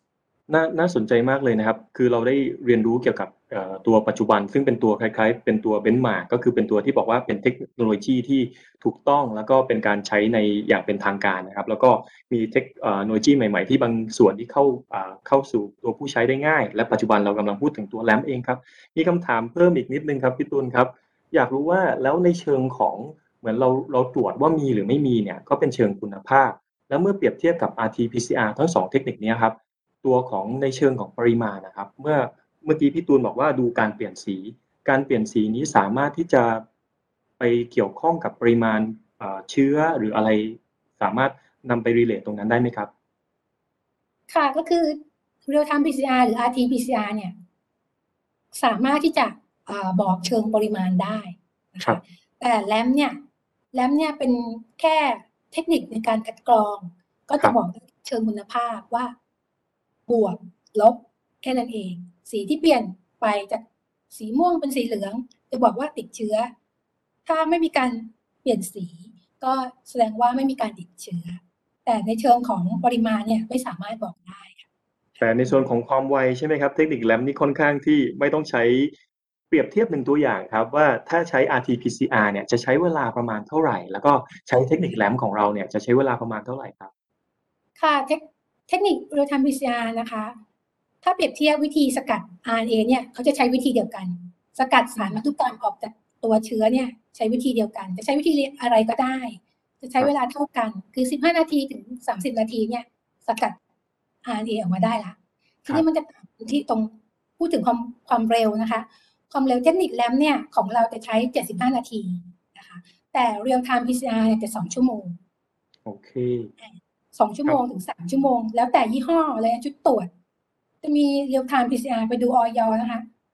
น่าสนใจมากเลยนะครับคือเราได้เรียนรู้เกี่ยวกับตัวปัจจุบันซึ่งเป็นตัวคล้ายๆเป็นตัว benchmark ก็คือเป็นตัวที่บอกว่าเป็นเทคโนโลยีที่ถูกต้องแล้วก็เป็นการใช้ในอย่างเป็นทางการนะครับแล้วก็มีเทคโนโลยีใหม่ๆที่บางส่วนที่เข้าสู่ตัวผู้ใช้ได้ง่ายและปัจจุบันเรากำลังพูดถึงตัว LAMP เองครับมีคำถามเพิ่มอีกนิดนึงครับพี่ตูนครับอยากรู้ว่าแล้วในเชิงของเหมือนเราตรวจว่ามีหรือไม่มีเนี่ยก็เป็นเชิงคุณภาพแล้วเมื่อเปรียบเทียบกับ RT-PCR ทั้ง2เทคนิคนี้ครับ ตัวของในเชิงของปริมาณนะครับเมื่อกี้พี่ตูนบอกว่าดูการเปลี่ยนสีการเปลี่ยนสีนี้สามารถที่จะไปเกี่ยวข้องกับปริมาณเชื้อหรืออะไรสามารถนำไป relate ตรงนั้นได้ไหมครับค่ะก็คือ real time PCR หรือ RT PCR เนี่ยสามารถที่จะบอกเชิงปริมาณได้นะครัคะบแต่แลมเนี่ยเป็นแค่เทคนิคในการคัดกรอง ก็ครัจะบบอกเชิงคุณภาพว่าบวกลบแค่นั้นเอง สีที่เปลี่ยนไปจากสีม่วงเป็นสีเหลือง จะบอกว่าติดเชื้อ ถ้าไม่มีการเปลี่ยนสี ก็แสดงว่าไม่มีการติดเชื้อ แต่ในเชิงของปริมาณเนี่ยไม่สามารถบอกได้ค่ะแต่ในส่วนของความไวใช่ไหมครับเทคนิค LAMP นี่ค่อนข้างที่ไม่ต้องใช้เปรียบเทียบ1ตัวอย่างครับว่าถ้าใช้ RT-PCR เนี่ยจะใช้เวลาประมาณเท่าไรแล้วก็ใช้เทคนิค LAMP ของเราเนี่ยจะใช้เวลาประมาณเท่าไรครับค่ะเทคนิค real time PCR นะคะ ถ้าเปรียบเทียบวิธีสกัด RNA เนี่ยเขาจะใช้วิธีเดียวกัน สกัดสารพันธุกรรมออกจากตัวเชื้อเนี่ยใช้วิธีเดียวกัน จะใช้วิธีอะไรก็ได้ จะใช้เวลาเท่ากัน คือ15นาทีถึง30นาทีเนี่ยสกัด RNA ออกมาได้ละทีนี้มันจะต่างที่ตรงพูดถึงความเร็วนะคะ ความเร็วเทคนิค LAMP เนี่ยของเราจะใช้75นาทีนะคะแต่ real time PCR เนี่ยจะ2ชั่วโมงโอเค 2ชั่วโมงถึง3ชั่วโมงแล้วแต่ยี่ห้อและชุดตรวจจะมี real time PCR ไปดูอย.นะคะ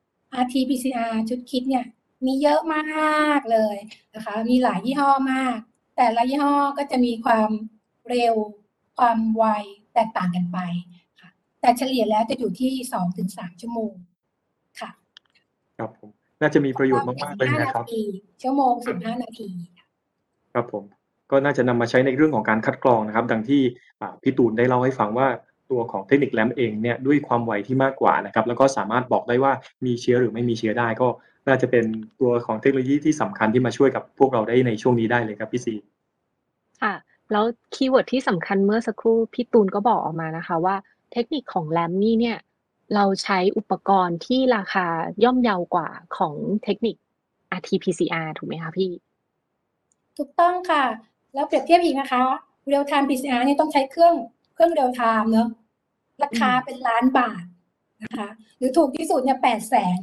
RT PCR ชุดคิดเนี่ยมีเยอะมากเลยนะคะมีหลายยี่ห้อมากแต่ละยี่ห้อก็จะมีความเร็วความไวแตกต่างกันไปค่ะแต่เฉลี่ยแล้วจะอยู่ที่2ถึง3ชั่วโมงค่ะครับผมน่าจะมีประโยชน์มากๆเลย 15 นะครับชั่วโมง15นาทีครับผมก็น่าจะนำมาใช้ในเรื่องของการคัดกรองนะครับดังที่พี่ตูนได้เล่าให้ฟังว่าตัวของเทคนิค LAMP เองเนี่ยด้วยความไวที่มากกว่านะครับแล้วก็สามารถบอกได้ว่ามีเชื้อหรือไม่มีเชื้อได้ก็น่าจะเป็นตัวของเทคโนโลยีที่สำคัญที่มาช่วยกับพวกเราได้ในช่วงนี้ได้เลยครับพี่ซีค่ะแล้วคีย์เวิร์ดที่สำคัญเมื่อสักครู่พี่ตูนก็บอกออกมานะคะว่าเทคนิคของ LAMP นี่เนี่ยเราใช้อุปกรณ์ที่ราคาย่อมเยาวกว่าของเทคนิค RT-PCR ถูกไหมคะพี่ถูกต้องค่ะ แล้วเปรียบเทียบอีกนะคะ real time PCR เนี่ยต้องใช้เครื่อง real time เนอะราคาเป็นล้านบาทนะคะหรือถูกที่สุดเนี่ย800,000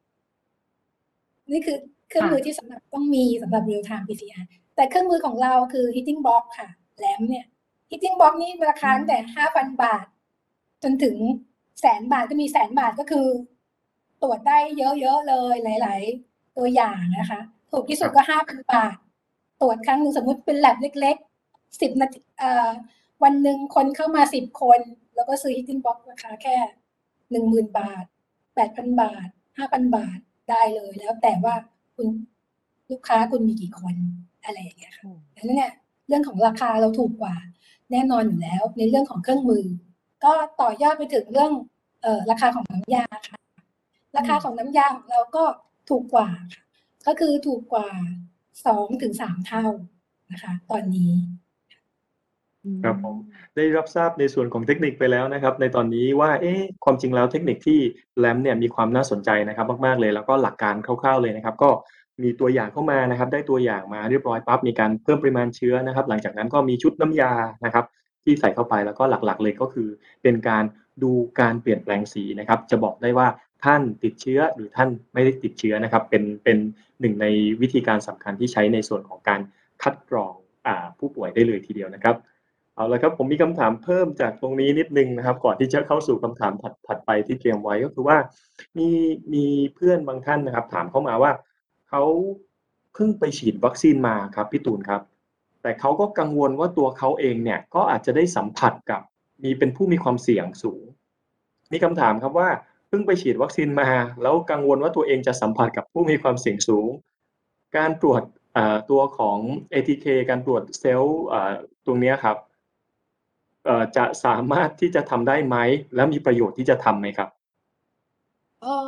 นี่คือเครื่องมือที่สำหรับต้องมีสำหรับ real time PCR แต่เครื่องมือของเราคือ hitting box ค่ะแหลมเนี่ย hitting box นี่ราคาตั้งแต่ 5,000 บาท จนถึง100,000 บาทก็มี100,000 บาทก็คือ ตรวจได้เยอะๆเลยหลายๆตัวอย่างนะคะถูกที่สุดก็ 5,000 บาท ตรวจครั้งหนึ่งสมมุติเป็น lab เล็กๆ10นาทีวันหนึ่งคนเข้ามา10คนแล้วก็ซื้อ hitting box ราคาแค่ 10,000 บาท 8,000 บาท 5,000 บาทได้เลยแล้วแต่ว่าคุณลูกค้าคุณมีกี่คนอะไรอย่างเงี้ยค่ะดังนั้นเนี่ยเรื่องของราคาเราถูกกว่าแน่นอนอยู่แล้วในเรื่องของเครื่องมือก็ต่อยอดไปถึงเรื่องราคาของน้ำยาค่ะราคาของน้ำยาของเราก็ถูกกว่าค่ะก็คือถูกกว่า2 ถึง 3 เท่านะคะตอนนี้ครับผมได้รับทราบในส่วนของเทคนิคไปแล้วนะครับในตอนนี้ว่าความจริงแล้วเทคนิคที่ LAMP เนี่ยมีความน่าสนใจนะครับมากๆเลยแล้วก็หลักการคร่าวๆเลยนะครับก็มีตัวอย่างเข้ามานะครับได้ตัวอย่างมาเรียบร้อยปั๊บมีการเพิ่มปริมาณเชื้อนะครับหลังจากนั้นก็มีชุดน้ำยานะครับที่ใส่เข้าไปแล้วก็หลักๆเลยก็คือเป็นการดูการเปลี่ยนแปลงสีนะครับจะบอกได้ว่าท่านติดเชื้อหรือท่านไม่ได้ติดเชื้อนะครับเป็นหนึ่งในวิธีการสำคัญที่ใช้ในส่วนของการคัดกรองผู้ป่วยได้เลยทีเดียวนะครับ เอาละครับผมมีคำถามเพิ่มจากตรงนี้นิดนึงนะครับก่อนที่จะเข้าสู่คำถามถัดไปที่เตรียมไว้ก็คือว่ามีมีเพื่อนบางท่านนะครับถามเข้ามาว่าเขาเพิ่งไปฉีดวัคซีนมาครับพี่ตูนครับแต่เขาก็กังวลว่าตัวเขาเองเนี่ยก็อาจจะได้สัมผัสกับเป็นผู้มีความเสี่ยงสูงมีคำถามครับว่าเพิ่งไปฉีดวัคซีนมาแล้วกังวลว่าตัวเองจะสัมผัสกับผู้มีความเสี่ยงสูงการตรวจตัวของ ATK การตรวจเซลล์ตรงนี้ครับจะสามารถที่จะทำได้ไหมแล้วมีประโยชน์ที่จะทำไหมครับเออ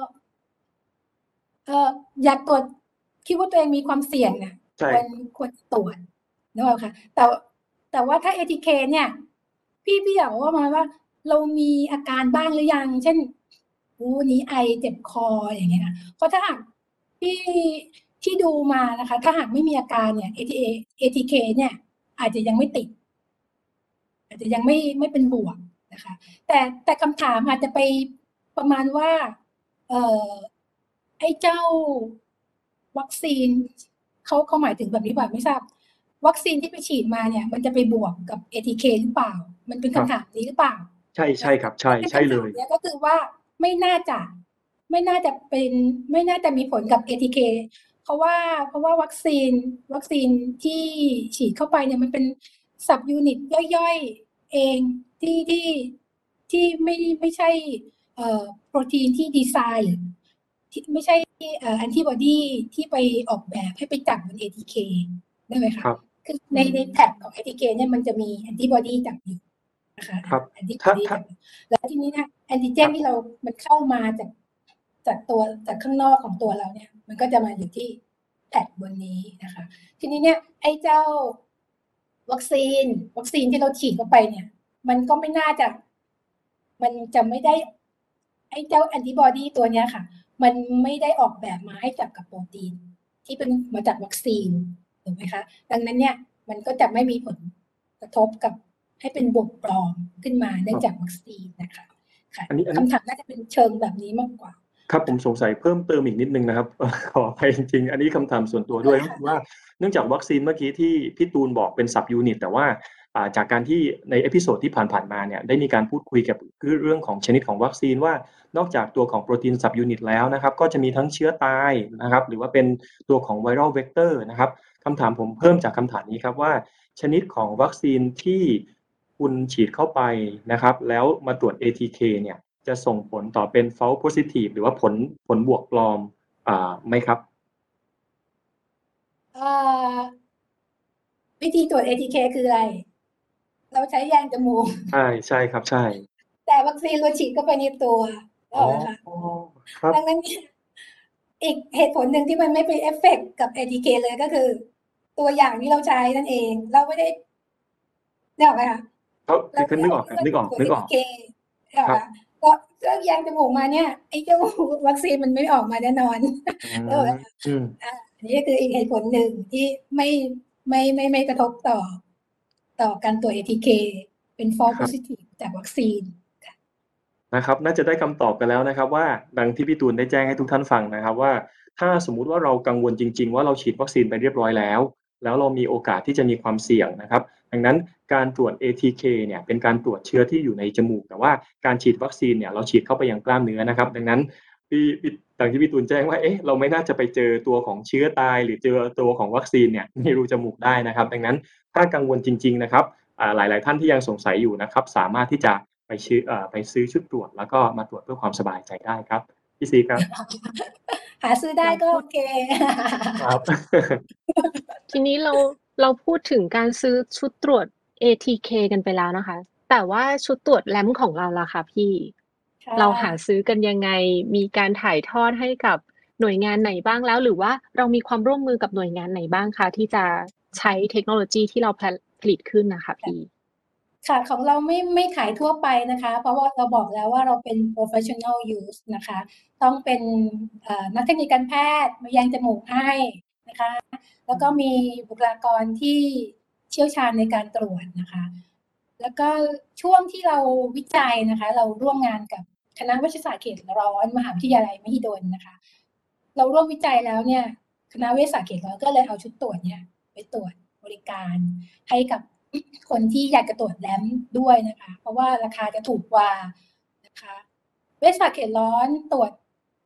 อยากตรวจคิดว่าตัวเองมีความเสี่ยงเนี่ยใช่ควรตรวจนึกออกค่ะแต่ว่าถ้า ATK เนี่ยพี่อยากว่ามาว่าเรามีอาการบ้างหรือยัง เช่นนี้ไอเจ็บคออย่างเงี้ยค่ะเพราะถ้าหากที่ที่ดูมานะคะ ถ้าหากไม่มีอาการเนี่ย ATK เนี่ยอาจจะยังไม่ติด อาจจะยังไม่เป็นบวกนะคะ แต่คำถามอาจจะไปประมาณว่าไอ้เจ้าวัคซีนเขาหมายถึงแบบนี้แบบไม่ทราบวัคซีนที่ไปฉีดมาเนี่ยมันจะไปบวกกับ ATK หรือเปล่ามันเป็นคำถามนี้หรือเปล่าใช่ใช่ครับใช่เป็นใช่เลคำถามยเนี้ยก็คือว่าไม่น่าจะไม่น่าจะมีผลกับ ATK เพราะว่าวัคซีนที่ฉีดเข้าไปเนี่ยมันเป็นสับยูนิตย่อยๆเองที่ไม่ใช่โปรตีนที่ดีไซน์ที่ไม่ใช่แอนติบอดีที่ไปออกแบบให้ไปจับบน ATK ได้ไหมคะครับคือในแท็กของ ATK เนี่ยมันจะมีแอนติบอดีจับอยู่นะคะครับแอนติบอถ้าดีจับอยู่แล้วทีนี้เนี่ยแอนติเจครับนที่มันเข้ามาจากข้างนอกของตัวเราเนี่ยมันก็จะมาอยู่ที่แท็กบนนี้นะคะทีนี้เนี่ยไอ้เจ้าวัคซีนที่เราฉีดเข้าไปเนี่ยมันก็ไม่น่าจะมันจะไม่ได้ไอ้เจ้าแอนติบอดีตัวเนี้ยค่ะมันไม่ได้ออกแบบมาให้จับกับโปรตีนที่เป็นมาจากวัคซีนถูกไหมคะดังนั้นเนี่ยมันก็จะไม่มีผลกระทบกับให้เป็นบวกปลอมขึ้นมาเนื่องจากวัคซีนนะคะค่ะอันนี้คำถามน่าจะเป็นเชิงแบบนี้มากกว่าครับผมสงสัยเพิ่มเติมอีกนิดนึงนะครับขออภัยจริงๆอันนี้คำถามส่วนตัวด้วยก็คือว่าเนื่องจากวัคซีนเมื่อกี้ที่พี่ตูนบอกเป็น sub unit แต่ว่าจากการที่ในเอพิโซดที่ผ่านๆมาเนี่ยได้มีการพูดคุยกับเรื่องของชนิดของวัคซีนว่านอกจากตัวของโปรตีน sub unit แล้วนะครับก็จะมีทั้งเชื้อตายนะครับหรือว่าเป็นตัวของ viral vector นะครับคำถามผมเพิ่มจากคำถามนี้ครับว่าชนิดของวัคซีนที่คุณฉีดเข้าไปนะครับแล้วมาตรวจ ATK เนี่ย จะส่งผลต่อเป็น false positive หรือว่าผลบวกปลอมไหมครับเอ่อวิธีตรวจ ATK คืออะไร เราใช้ยางจมูกใช่ใช่ครับใช่แต่วัคซีนเราฉีดเข้าไปในตัวอ๋อนะคะครับดังนั้นเนี่ยอีกเหตุผลหนึ่งที่มันไม่เป็นเอฟเฟกต์กับ ATK เลยก็คือ ตัวอย่างที่เราใช้นั่นเอง เราไม่ได้เนี่ยหรอกไหมคะเขาเราคือไม่นึกออกครับได้เอาเลือดไปตรวจนึกออก ATK เนี่ยหรครับอคะก็เลือกยางจมูกมาเนี่ยไอ้เจ้าวัคซีนมันไม่ออกมาแน่นอนอืแล้วมอืมอันนี้คืออีกเหตุผลหนึ่งที่ไม่กระทบต่อการตรวจ ATK เป็น false ครับ positive จากวัคซีนนะครับน่าจะได้คำตอบกันแล้วนะครับว่าดังที่พี่ตูนได้แจ้งให้ทุกท่านฟังนะครับว่าถ้าสมมุติว่าเรากังวลจริงๆว่าเราฉีดวัคซีนไปเรียบร้อยแล้วเรามีโอกาสที่จะมีความเสี่ยงนะครับดังนั้นการตรวจ ATK เนี่ยเป็นการตรวจเชื้อที่อยู่ในจมูกแต่ว่าการฉีดวัคซีนเนี่ยเราฉีดเข้าไปยังกล้ามเนื้อนะครับดังนั้นพี่ดังที่พี่ตูนแจ้งว่าเอ๊ะเราไม่น่าจะไปเจอตัวของเชื้อตายหรือเจอตัวของวัคซีนเนี่ยในรูจมูกได้นะครับดังนั้นถ้ากังวลจริงๆนะครับหลายๆท่านที่ยังสงสัยอยู่นะครับสามารถที่จะไปซื้อชุดตรวจแล้วก็มาตรวจเพื่อความสบายใจได้ครับพี่ซีครับหาซื้อได้เราพูดก็โอเคครับทีนี้เราพูดถึงการซื้อชุดตรวจ ATK กันไปแล้วนะคะ แต่ว่าชุดตรวจแลมของเราล่ะคะพี่ค่ะเราหาซื้อกันยังไง มีการถ่ายทอดให้กับหน่วยงานไหนบ้างแล้ว หรือว่าเรามีความร่วมมือกับหน่วยงานไหนบ้างคะที่จะใช้เทคโนโลยีที่เราผลิตขึ้นนะคะพี่ค่ะของเราไม่ขายทั่วไปนะคะ เพราะว่าเราบอกแล้วว่าเราเป็น professional use นะคะ ต้องเป็นนักเทคนิคการแพทย์มาแยงจมูกให้นะคะ แล้วก็มีบุคลากรที่เชี่ยวชาญในการตรวจนะคะ แล้วก็ช่วงที่เราวิจัยนะคะ เราร่วมงานกับคณะวิทยาศาสตร์เขตร้อนมหาวิทยาลัยมหิดลนะคะ เราร่วมวิจัยแล้วเนี่ยคณะวิทยาศาสตร์เขตร้อนก็เลยเอาชุดตรวจเนี่ยไปตรวจบริการให้กับคนที่อยากจะตรวจแลมด้วยนะคะ เพราะว่าราคาจะถูกกว่านะคะวิทยาศาสตร์เขตร้อนตรวจ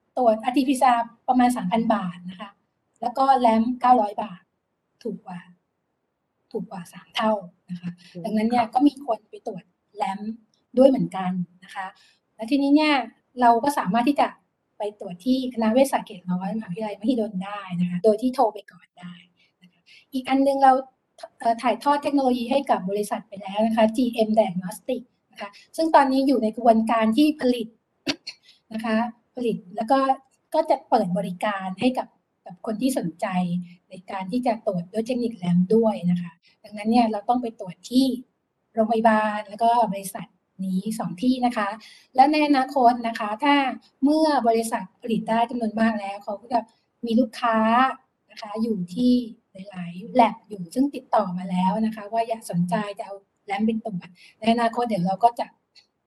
RT-PCR ประมาณ 3,000 บาทนะคะ แล้วก็แลม900 บาทถูกกว่า3เท่านะคะดังนั้นเนี่ยก็มีคนไปตรวจแลมด้วยเหมือนกันนะคะ แล้วทีนี้เนี่ยเราก็สามารถที่จะไปตรวจที่คณะเวชศาสตร์เขตร้อนมหาวิทยาลัยมหิดลได้นะคะโดยที่โทรไปก่อนได้นะคะอีกอันนึงเราถ่ายทอดเทคโนโลยีให้กับบริษัทไปแล้วนะคะ GM Diagnostic นะคะซึ่งตอนนี้อยู่ในกระบวนการที่ผลิตนะคะผลิตแล้วก็จะเปิดบริการให้กับคนที่สนใจในการที่จะตรวจด้วยเทคนิคแลมด้วยนะคะดังนั้นเนี่ยเราต้องไปตรวจที่โรงพยาบาลแล้วก็บริษัทนี้2ที่นะคะแล้วในอนาคตนะคะถ้าเมื่อบริษัทผลิตได้จำนวนมากแล้วเขาก็จะมีลูกค้านะคะอยู่ที่หลายๆแลบอยู่ซึ่งติดต่อมาแล้วนะคะว่าอยากสนใจจะเอาแลมเป็นตรวจในอนาคตเดี๋ยวเราก็จะ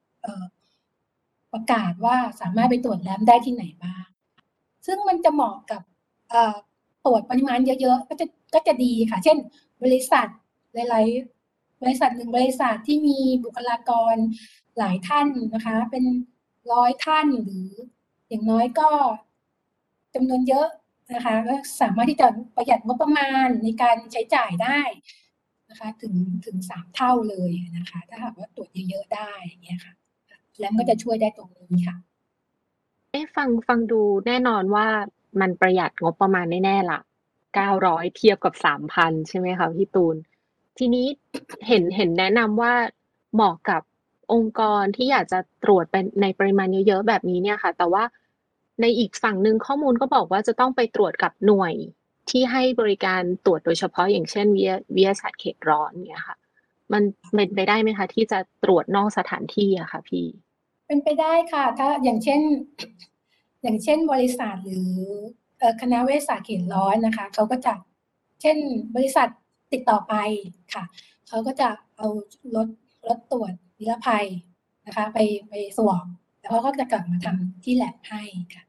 ประกาศว่าสามารถไปตรวจแลมได้ที่ไหนบ้างซึ่งมันจะเหมาะกับตรวจปริมาณเยอะๆก็จะดีค่ะเช่นบริษัทหลายๆบริษัทหนึ่งบริษัทที่มีบุคลากรหลายท่านนะคะเป็น100 ท่านหรืออย่างน้อยก็จำนวนเยอะนะคะก็สามารถที่จะประหยัดงบประมาณในการใช้จ่ายได้นะคะถึง3 เท่าเลยนะคะถ้าหากว่าตรวจเยอะๆได้อย่างเงี้ยค่ะแล้วก็จะช่วยได้ตรงนี้ค่ะฟังดูแน่นอนว่ามันประหยัดงบประมาณแน่ๆล่ะ900เทียบกับ 3,000 ใช่ไหมคะพี่ตูนทีนี้เห็นแนะนำว่าเหมาะกับองค์กรที่อยากจะตรวจเป็นในปริมาณเยอะๆแบบนี้เนี่ยค่ะแต่ว่าในอีกฝั่งหนึ่งข้อมูลก็บอกว่าจะต้องไปตรวจกับหน่วยที่ให้บริการตรวจโดยเฉพาะอย่างเช่นวิทยาศาสตร์เขตร้อนเนี่ยค่ะมันเป็นไปได้ไหมคะที่จะตรวจนอกสถานที่อะค่ะพี่เป็นไปได้ค่ะถ้าอย่างเช่นบริษัทหรือคณะเวชศาสตร์เขตร้อนนะคะเขาก็จะเช่นบริษัทติดต่อไปค่ะเขาก็จะเอารถตรวจนิรภัยนะคะไปสวอปแล้วเขาก็จะกลับมาทำที่แลบให้ค่ะ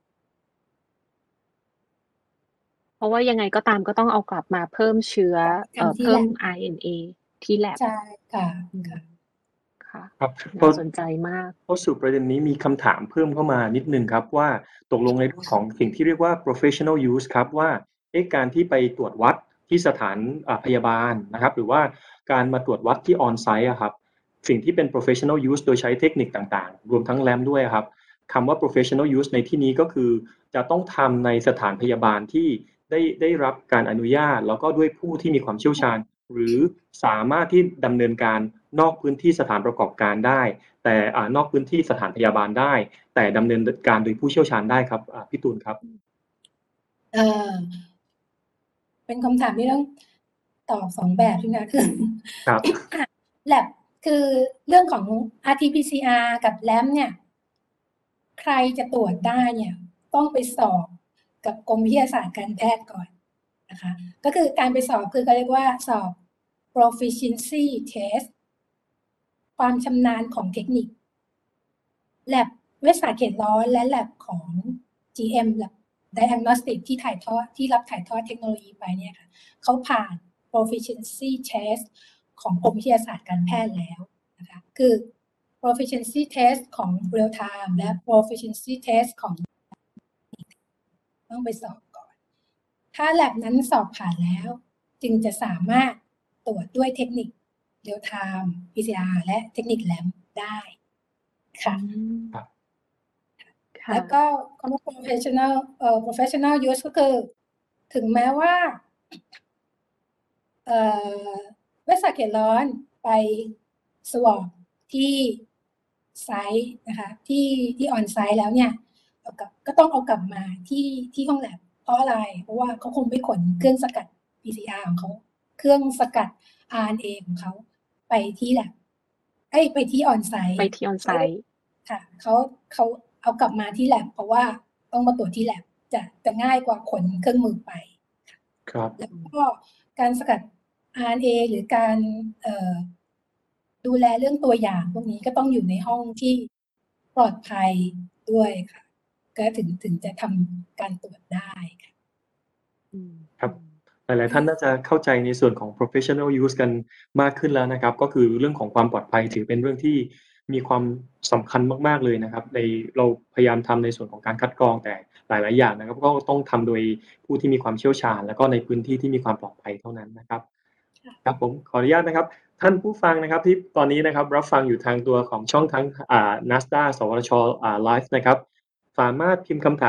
เพราะว่ายังไงก็ตามก็ต้องเอากลับมาเพิ่มเชื้อทำที่เพิ่ม lab RNA ที่ lab ใช่ค่ะอืมค่ะค่ะครับพอน่าสนใจมากเข้าสู่ประเด็นนี้มีคำถามเพิ่มเข้ามานิดนึงครับว่าตกลงในเรื่องของสิ่งที่เรียกว่า professional use ครับว่าการที่ไปตรวจวัดที่สถานพยาบาลนะครับหรือว่าการมาตรวจวัดที่ on site อะครับสิ่งที่เป็น professional use โดยใช้เทคนิคต่างๆรวมทั้งแลมด้วยครับคำว่า professional use ในที่นี้ก็คือจะต้องทำในสถานพยาบาลที่ได้รับการอนุญาตแล้วก็ด้วยผู้ที่มีความเชี่ยวชาญหรือสามารถที่ดำเนินการนอกพื้นที่สถานประกอบการได้แต่นอกพื้นที่สถานพยาบาลได้แต่ดำเนินการโดยผู้เชี่ยวชาญได้ครับพี่ตูนครับเป็นคำถามที่ต้องตอบ2 แบบใช่ไหมคะคือครับ lab คือเรื่องของ RT-PCR กับ LAMP เนี่ยใครจะตรวจได้เนี่ยต้องไปสอบกับกรมวิทยาศาสตร์การแพทย์ก่อนนะคะก็คือการไปสอบคือเขาเรียกว่าสอบ proficiency test ความชำนาญของเทคนิค lab เวชศาสตร์เขตร้อนและ lab ของ GM lab diagnostic ที่รับถ่ายทอดเทคโนโลยีไปเนี่ยค่ะเขาผ่าน proficiency test ของกรมวิทยาศาสตร์การแพทย์แล้วนะคะคือ proficiency test ของ real time และ proficiency test ของต้องไปสอบก่อนถ้า lab นั้นสอบผ่านแล้วจึงจะสามารถตรวจด้วยเทคนิค real time PCR และเทคนิค LAMP ได้ค่ะแล้วก็คำว่า professional use ก็คือถึงแม้ว่าเวชศาสตร์เขตร้อนไปสวอปที่ไซต์นะคะที่ออนไซต์แล้วเนี่ยก็ต้องเอากลับมาที่ห้องแลบเพราะอะไรเพราะว่าเขาคงไม่ขนเครื่องสกัด PCR ของเขาเครื่องสกัด RNA ของเขาไปที่แลบไปที่ออนไซต์ค่ะเขาเอากลับมาที่แลบเพราะว่าต้องมาตรวจที่แลบจะง่ายกว่าขนเครื่องมือไปครับแล้วก็การสกัด RNA หรือการดูแลเรื่องตัวอย่างพวกนี้ก็ต้องอยู่ในห้องที่ปลอดภัยด้วยค่ะก็ถึงจะทำการตรวจได้ค่ะครับหลายๆท่านน่าจะเข้าใจในส่วนของ professional use กันมากขึ้นแล้วนะครับก็คือเรื่องของความปลอดภัยถือเป็นเรื่องที่มีความสำคัญมากๆเลยนะครับเราพยายามทำในส่วนของการคัดกรองแต่หลายๆอย่างนะครับก็ต้องทำโดยผู้ที่มีความเชี่ยวชาญแล้วก็ในพื้นที่ที่มีความปลอดภัยเท่านั้นนะครับครับผมขออนุญาตนะครับท่านผู้ฟังนะครับที่ตอนนี้นะครับรับฟังอยู่ทางตัวของช่องทั้งNASDAQ สวทช. Live นะครับสามารถพิมพ์คำถาม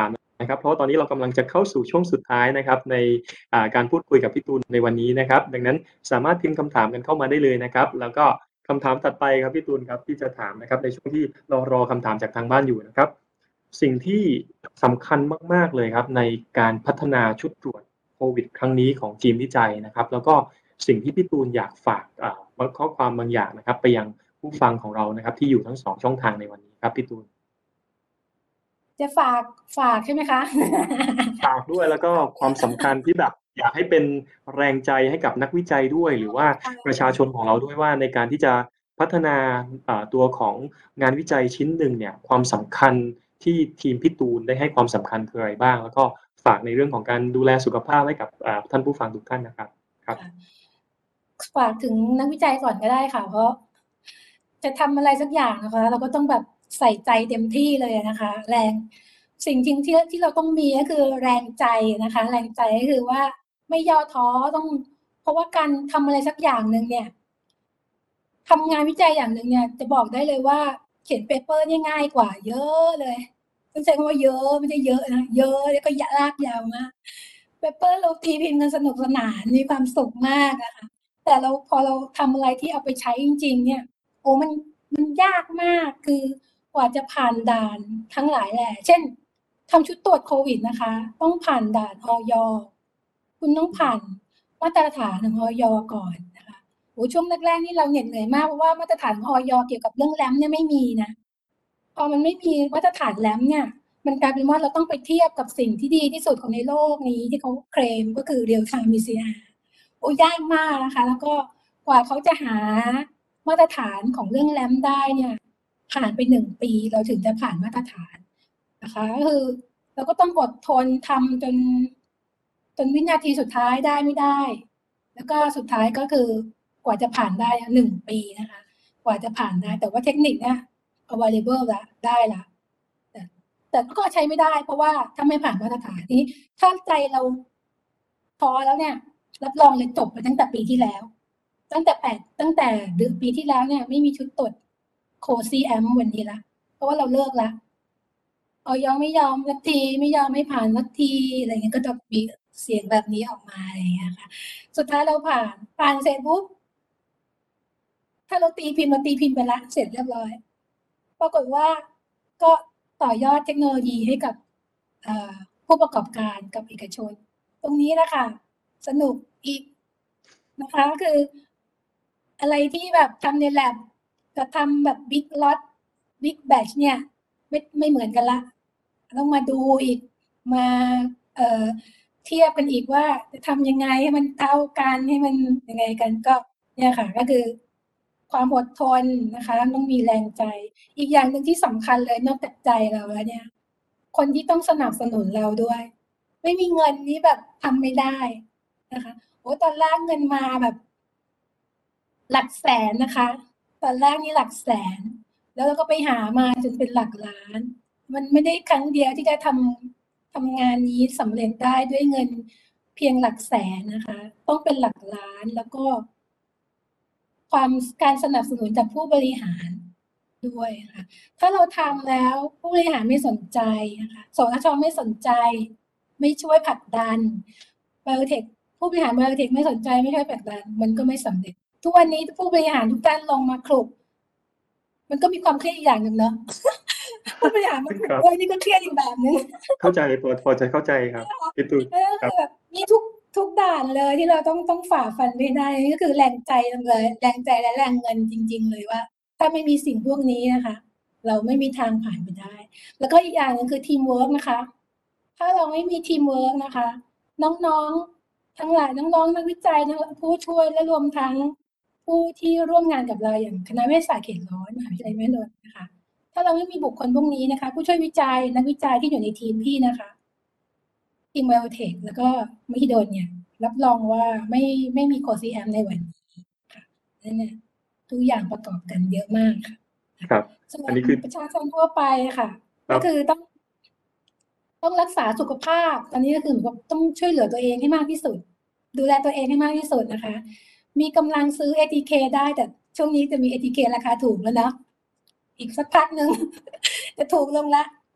นะครับเพราะว่าตอนนี้เรากำลังจะเข้าสู่ช่วงสุดท้ายนะครับในการพูดคุยกับพี่ตูนในวันนี้นะครับดังนั้นสามารถพิมพ์คำถามกันเข้ามาได้เลยนะครับแล้วก็คำถามถัดไปครับพี่ตูนครับที่จะถามนะครับในช่วงที่เรารอคำถามจากทางบ้านอยู่นะครับสิ่งที่สำคัญมากๆเลยครับในการพัฒนาชุดตรวจโควิดครั้งนี้ของทีมวิจัยนะครับแล้วก็สิ่งที่พี่ตูนอยากฝากข้อความบางอย่างนะครับไปยังผู้ฟังของเรานะครับที่อยู่ทั้งสองช่องทางในวันนี้ครับพี่ตูนจะฝากใช่ไหมคะฝากด้วยแล้วก็ความสำคัญที่แบบอยากให้เป็นแรงใจให้กับนักวิจัยด้วยหรือว่าประชาชนของเราด้วยว่าในการที่จะพัฒนาตัวของงานวิจัยชิ้นหนึ่งเนี่ยความสำคัญที่ทีมพี่ตูนได้ให้ความสำคัญคืออะไรบ้างแล้วก็ฝากในเรื่องของการดูแลสุขภาพให้กับท่านผู้ฟังทุกท่านนะครับครับฝากถึงนักวิจัยก่อนก็ได้ค่ะเพราะจะทำอะไรสักอย่างนะคะเราก็ต้องแบบใส่ใจเต็มที่เลยนะคะสิ่งจริงที่เราต้องมีก็คือแรงใจนะคะแรงใจก็คือว่าไม่ย่อท้อต้องเพราะว่าการทำอะไรสักอย่างหนึ่งเนี่ยทำงานวิจัยอย่างหนึ่งเนี่ยจะบอกได้เลยว่าเขียนเปเปอร์นี่ง่ายกว่าเยอะเลยต้องใช้คำว่าเยอะไม่ใช่เยอะนะเยอะแล้วก็ลากยาวมากเปเปอร์เราตีพิมพ์กันสนุกสนานมีความสุขมากอะค่ะแต่พอเราทำอะไรที่เอาไปใช้จริงๆเนี่ยโอ้มันยากมากคือกว่าจะผ่านด่านทั้งหลายแหละเช่นทำชุดตรวจโควิดนะคะต้องผ่านด่านอย.คุณต้องผ่านมาตรฐานของอย.ก่อนนะคะโอ้ช่วงแรกๆนี่เราเหน็ดเหนื่อยมากเพราะว่ามาตรฐานของอย.เกี่ยวกับเรื่องแรมเนี่ยไม่มีนะพอมันไม่มีมาตรฐานแรมเนี่ยมันกลายเป็นว่าเราต้องไปเทียบกับสิ่งที่ดีที่สุดของในโลกนี้ที่เขาเคลมก็คือ real time PCR โอ้ยากมากนะคะแล้วก็กว่าเขาจะหามาตรฐานของเรื่องแรมได้เนี่ยผ่านไป1 ปีเราถึงจะผ่านมาตรฐานนะคะก็คือเราก็ต้องอดทนทำจนวินาทีสุดท้ายได้ไม่ได้แล้วก็สุดท้ายก็คือกว่าจะผ่านได้1 ปีนะคะกว่าจะผ่านได้แต่ว่าเทคนิคเนี่ย available ละได้ละแต่ก็ใช้ไม่ได้เพราะว่าถ้าไม่ผ่านมาตรฐานนี้ถ้าใจเราท้อแล้วเนี่ยรับรองเลยจบไปตั้งแต่ปีที่แล้ว ตั้งแต่เดือนปีที่แล้วเนี่ยไม่มีชุดตรวจโคซีแอมวันนี้ละเพราะว่าเราเลิกละอยไม่ยอมสักทีไม่ยอมไม่ผ่านสักทีอะไรเงี้ยก็จะมีเสียงแบบนี้ออกมาอะไรเงี้ยค่ะสุดท้ายเราผ่านเสร็จปุ๊บถ้าเราตีพิมพ์ไปละเสร็จเรียบร้อยปรากฏว่าก็ต่อยอดเทคโนโลยีให้กับผู้ประกอบการกับเอกชนตรงนี้นะคะสนุกอีกนะคะคืออะไรที่แบบทำใน lab กับทำแบบบิ๊กล็อตบิ๊กแบทเนี่ยไม่เหมือนกันละต้องมาดูอีกมาเทียบกันอีกว่าจะทำยังไงให้มันเท่ากันให้มันยังไงกันก็เนี่ยค่ะก็คือความอดทนนะคะต้องมีแรงใจอีกอย่างหนึ่งที่สำคัญเลยนอกจากใจเราแล้วเนี่ยคนที่ต้องสนับสนุนเราด้วยไม่มีเงินนี้แบบทำไม่ได้นะคะโอ้ตอนแรกเงินมาแบบหลักแสนนะคะตอนแรกนี่หลักแสนแล้วเราก็ไปหามาจนเป็นหลักล้านมันไม่ได้ครั้งเดียวที่จะทำงานนี้สำเร็จได้ด้วยเงินเพียงหลักแสนนะคะต้องเป็นหลักล้านแล้วก็การสนับสนุนจากผู้บริหารด้วยค่ะถ้าเราทำแล้วผู้บริหารไม่สนใจนะคะสทช.ไม่สนใจไม่ช่วยผลักดันไบโอเทคผู้บริหารไบโอเทคไม่สนใจไม่ช่วยผลักดันมันก็ไม่สำเร็จทุกวันนี้ผู้บริหารทุกท่านลงมาคลุกมันก็มีความเครียดอีกอย่างหนึ่งเนาะ ผู้บริหารมาคลุกด้วยนี่ก็เครียดอีกแบบนึงเข้าใจพอจะเข้าใจครับพี่ตูนครับแบบมีทุกด่านเลยที่เราต้องฝ่าฟันไปได้ก็คือแรงใจเลยแรงใจและแรงเงินจริงๆเลยว่าถ้าไม่มีสิ่งพวกนี้นะคะเราไม่มีทางผ่านไปได้แล้วก็อีกอย่างหนึ่งคือทีมเวิร์กนะคะถ้าเราไม่มีทีมเวิร์กนะคะน้องๆทั้งหลายน้องๆนักวิจัยทั้งผู้ช่วยและรวมทั้งผู้ที่ร่วมงานกับเราอย่างคณะเวชศาสตร์เขตร้อนมหาวิทยาลัยแม่นนท์นะคะถ้าเราไม่มีบุคคลพวกนี้นะคะผู้ช่วยวิจัยนักวิจัยที่อยู่ในทีมพี่นะคะทีมไบโอเทคแล้วก็มหิดลเนี่ยรับรองว่าไม่มีโคซีแอมในวันนี้ค่ะนั่นเนี่ยทุกอย่างประกอบกันเยอะมากค่ะครับอันนี้คือประชาชนทั่วไปค่ะก็คือต้องรักษาสุขภาพตอนนี้ก็คือต้องช่วยเหลือตัวเองให้มากที่สุดดูแลตัวเองให้มากที่สุดนะคะมีกำลังซื้อ ATK ได้แต่ช่วงนี้จะมี ATK ราคาถูกแล้วเนาะอีกสักพักนึงจะถูกลงละ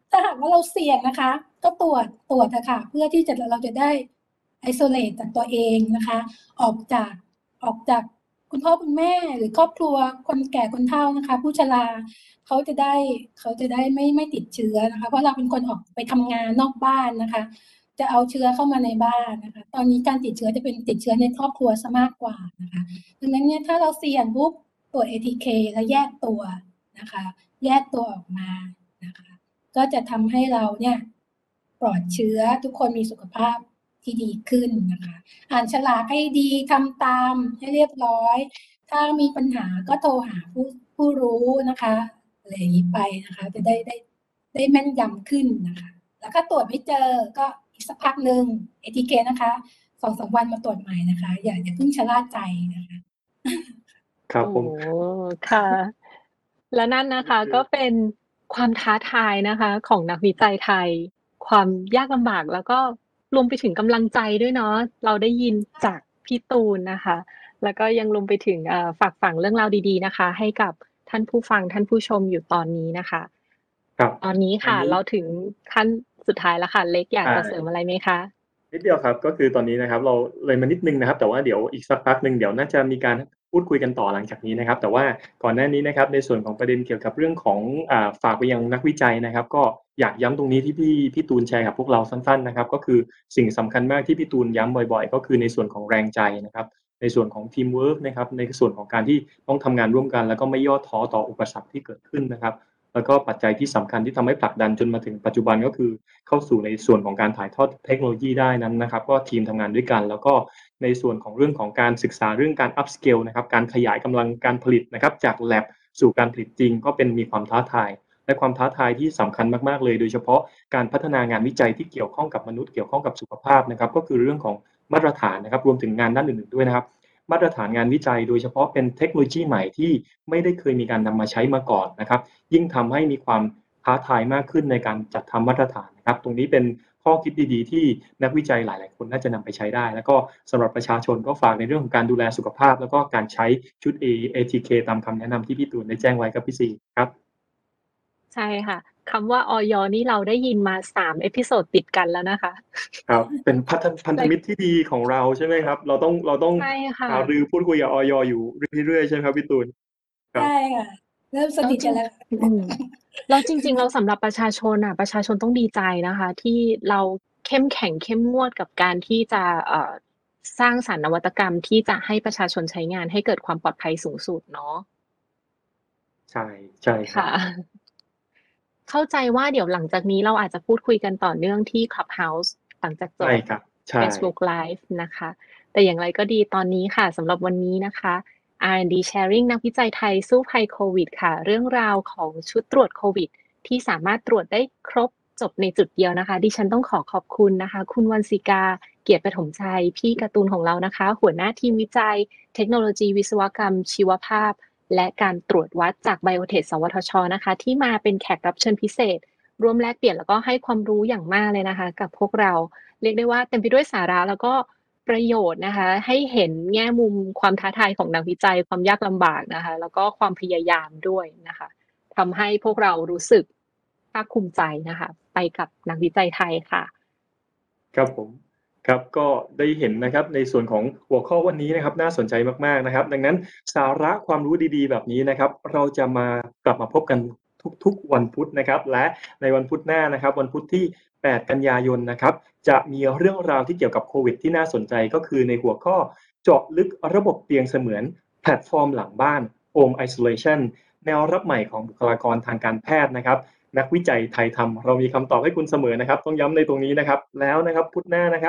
ถ้าหากว่าเราเสี่ยงนะคะ ก็ตรวจนะคะเพื่อที่เราจะได้ไอโซเลตจากตัวเองนะคะ ออกจากคุณพ่อคุณแม่หรือครอบครัวคนแก่คนเฒ่านะคะ ผู้ชราเขาจะได้ไม่ติดเชื้อนะคะ เพราะเราเป็นคนออกไปทำงานนอกบ้านนะคะ จะเอาเชื้อเข้ามาในบ้านนะคะ ตอนนี้การติดเชื้อจะเป็นติดเชื้อในครอบครัวซะมากกว่านะคะดังนั้นเนี่ยถ้าเราเสี่ยงปุ๊บตรวจ ATK แล้วแยกตัวนะคะ แยกตัวออกมานะคะ ก็จะทำให้เราเนี่ยปลอดเชื้อทุกคนมีสุขภาพที่ดีขึ้นนะคะ อ่านฉลากให้ดีทำตามให้เรียบร้อย ถ้ามีปัญหาก็โทรหาผู้รู้นะคะอะไรอย่างนี้ไปนะคะ จะได้แม่นยำขึ้นนะคะ แล้วก็ตรวจไม่เจอก็อีกสักพักหนึ่ง ATK นะคะ2-3 วันมาตรวจใหม่นะคะ อย่าเพิ่งชะล่าใจนะคะครับผมโอ้ค่ะ และนั่นนะคะก็เป็นความท้าทายนะคะของนักวิจัยไทย ความยากลำบากแล้วก็รวมไปถึงกำลังใจด้วยเนาะเราได้ยินจากพี่ตูนนะคะ แล้วก็ยังรวมไปถึงฝากฝังเรื่องราวดีๆนะคะ ให้กับท่านผู้ฟังท่านผู้ชมอยู่ตอนนี้นะคะครับตอนนี้ค่ะอันนี้เราถึงขั้นสุดท้ายแล้วค่ะ เล็กอยากจะใช่เสริมอะไรไหมคะนิดเดียวครับก็คือตอนนี้นะครับเราเลยมานิดนึงนะครับแต่ว่าเดี๋ยวอีกสักพักหนึ่งเดี๋ยวน่าจะมีการพูดคุยกันต่อหลังจากนี้นะครับแต่ว่าก่อนหน้านี้นะครับในส่วนของประเด็นเกี่ยวกับเรื่องของฝากไปยังนักวิจัยนะครับก็อยากย้ำตรงนี้ที่พี่ตูนแชร์กับพวกเราสั้นๆนะครับก็คือสิ่งสำคัญมากที่พี่ตูนย้ำบ่อยๆก็คือในส่วนของแรงใจนะครับในส่วนของทีมเวิร์กนะครับในส่วนของการที่ต้องทำงานร่วมกันแล้วก็ไม่ย่อท้อต่ออุปสรรคที่เกิดขึ้นนะครับแล้วก็ปัจจัยที่สำคัญที่ทำให้ผลักดันจนมาถึงปัจจุบันก็คือเข้าสู่ในส่วนของการถ่ายทอดเทคโนโลยีได้นั้นนะครับก็ทีมทำงานด้วยกันแล้วก็ในส่วนของเรื่องของการศึกษาเรื่องการ up scale นะครับการขยายกำลังการผลิตนะครับจาก lab สู่การผลิตจริงก็เป็นมีความท้าทายและความท้าทายที่สำคัญมากๆเลยโดยเฉพาะการพัฒนางานวิจัยที่เกี่ยวข้องกับมนุษย์เกี่ยวข้องกับสุขภาพนะครับก็คือเรื่องของมาตรฐานนะครับรวมถึงงานด้านอื่นๆด้วยนะครับมาตรฐานงานวิจัยโดยเฉพาะเป็นเทคโนโลยีใหม่ที่ไม่ได้เคยมีการนำมาใช้มาก่อนนะครับยิ่งทำให้มีความท้าทายมากขึ้นในการจัดทำมาตรฐานนะครับตรงนี้เป็นข้อคิดดีๆที่นักวิจัยหลายๆคนน่าจะนำไปใช้ได้แล้วก็สำหรับประชาชนก็ฝากในเรื่องของการดูแลสุขภาพแล้วก็การใช้ชุด ATK ตามคำแนะนำที่พี่ตูนได้แจ้งไว้ครับพี่ซีครับใช่ค่ะคำว่าอยนี่เราได้ยินมา3เอพิโซดติดกันแล้วนะคะครับเป็นพันธมิตรที่ดีของเราใช่ไหมครับเราต้องใช่ค่ะหารือพูดคุยกับอยอยู่เรื่อยๆใช่ไหมครับพี่ตูนครับใช่ค่ะเริ่มสนิทกันแล้วค่ะอืมแล้วจริงๆแล้วสำหรับประชาชนอ่ะประชาชนต้องดีใจนะคะ ที่เราเข้มแข็งเข้มงวดกับการที่จะสร้างสรรค์นวัตกรรมที่จะให้ประชาชนใช้งานให้เกิดความปลอดภัยสูงสุดเนาะใช่ใช่ครับค่ะ เข้าใจว่าเดี๋ยวหลังจากนี้เราอาจจะพูดคุยกันต่อเนื่องที่ Clubhouse หลังจากจใช่บครับใช่ Facebook Live นะคะ แต่อย่างไรก็ดีตอนนี้ค่ะสำหรับวันนี้นะคะ R&D Sharing นักวิจัยไทยสู้ภัยโควิดค่ะ เรื่องราวของชุดตรวจโควิดที่สามารถตรวจได้ครบจบในจุดเดียวนะคะ ดิฉันต้องขอบคุณนะคะ คุณวันศิกา เกียรติปฐมชัย พี่การ์ตูนของเรานะคะ หัวหน้าทีมวิจัย เทคโนโลยีวิศวกรรม ชีวภาพ และการตรวจวัดจากไบโอเทคสวทชนะคะ ที่มาเป็นแขกรับเชิญพิเศษ ร่วมแลกเปลี่ยนแล้วก็ให้ความรู้อย่างมากเลยนะคะ กับพวกเราเรียกได้ว่าเต็มไปด้วยสาระแล้วก็ประโยชน์นะคะ ให้เห็นแง่มุมความท้าทายของนักวิจัยความยากลำบากนะคะ แล้วก็ความพยายามด้วยนะคะทำให้พวกเรารู้สึกภาคภูมิใจนะคะ ไปกับนักวิจัยไทยค่ะครับผมครับก็ได้เห็นนะครับในส่วนของหัวข้อวันนี้นะครับน่าสนใจมากๆนะครับดังนั้นสาระความรู้ดีๆแบบนี้นะครับเราจะกลับมาพบกันทุกๆวันพุธนะครับและในวันพุธหน้านะครับวันพุธที่8กันยายนนะครับจะมีเรื่องราวที่เกี่ยวกับโควิดที่น่าสนใจก็คือในหัวข้อเจาะลึกระบบเตียงเสมือนแพลตฟอร์มหลังบ้าน Home Isolation แนวรับใหม่ของบุคลากรทางการแพทย์นะครับนักวิจัยไทยทำเรามีคำตอบให้คุณเสมอนะครับต้องย้ำในตรงนี้นะครับแล้วนะครับพุธหน้านะครับ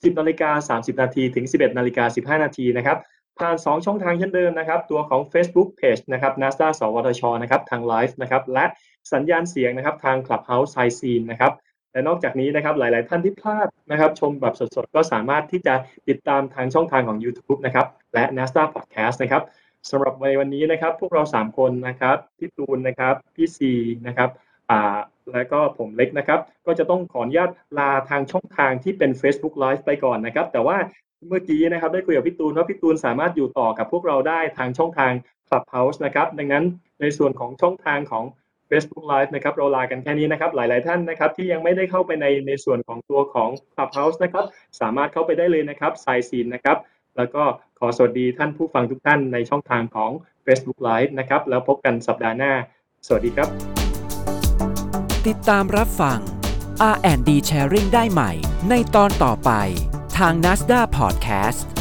10:30 นถึง 11:15 นนะครับผ่าน2ช่องทางเช่นเดิมนะครับตัวของ Facebook Page นะครับ NASA สวทชนะครับทางไลฟ์นะครับและสัญญาณเสียงนะครับทาง Clubhouse Side Scene นะครับและนอกจากนี้นะครับหลายๆท่านที่พลาดนะครับชมแบบสดๆก็สามารถที่จะติดตามทางช่องทางของ YouTube นะครับและ NASA Podcast นะครับสำหรับในวันนี้นะครับพวกเรา3คนนะครับพี่ตูนนะครับพี่ซีนะครับแล้วก็ผมเล็กนะครับก็จะต้องขออนุญาตลาทางช่องทางที่เป็น Facebook Live ไปก่อนนะครับแต่ว่าเมื่อกี้นะครับได้คุยกับพี่ตูนว่าพี่ตูนสามารถอยู่ต่อกับพวกเราได้ทางช่องทาง Clubhouse นะครับดังนั้นในส่วนของช่องทางของ Facebook Live นะครับเราลากันแค่นี้นะครับหลายๆท่านนะครับที่ยังไม่ได้เข้าไปในส่วนของตัวของ Clubhouse นะครับสามารถเข้าไปได้เลยนะครับ Sign In นะครับแล้วก็ขอสวัสดีท่านผู้ฟังทุกท่านในช่องทางของ Facebook Live นะครับแล้วพบกันสัปดาห์หน้าสวัสดีครับติดตามรับฟัง R&D Sharing ได้ใหม่ในตอนต่อไปทาง NASDAQ Podcast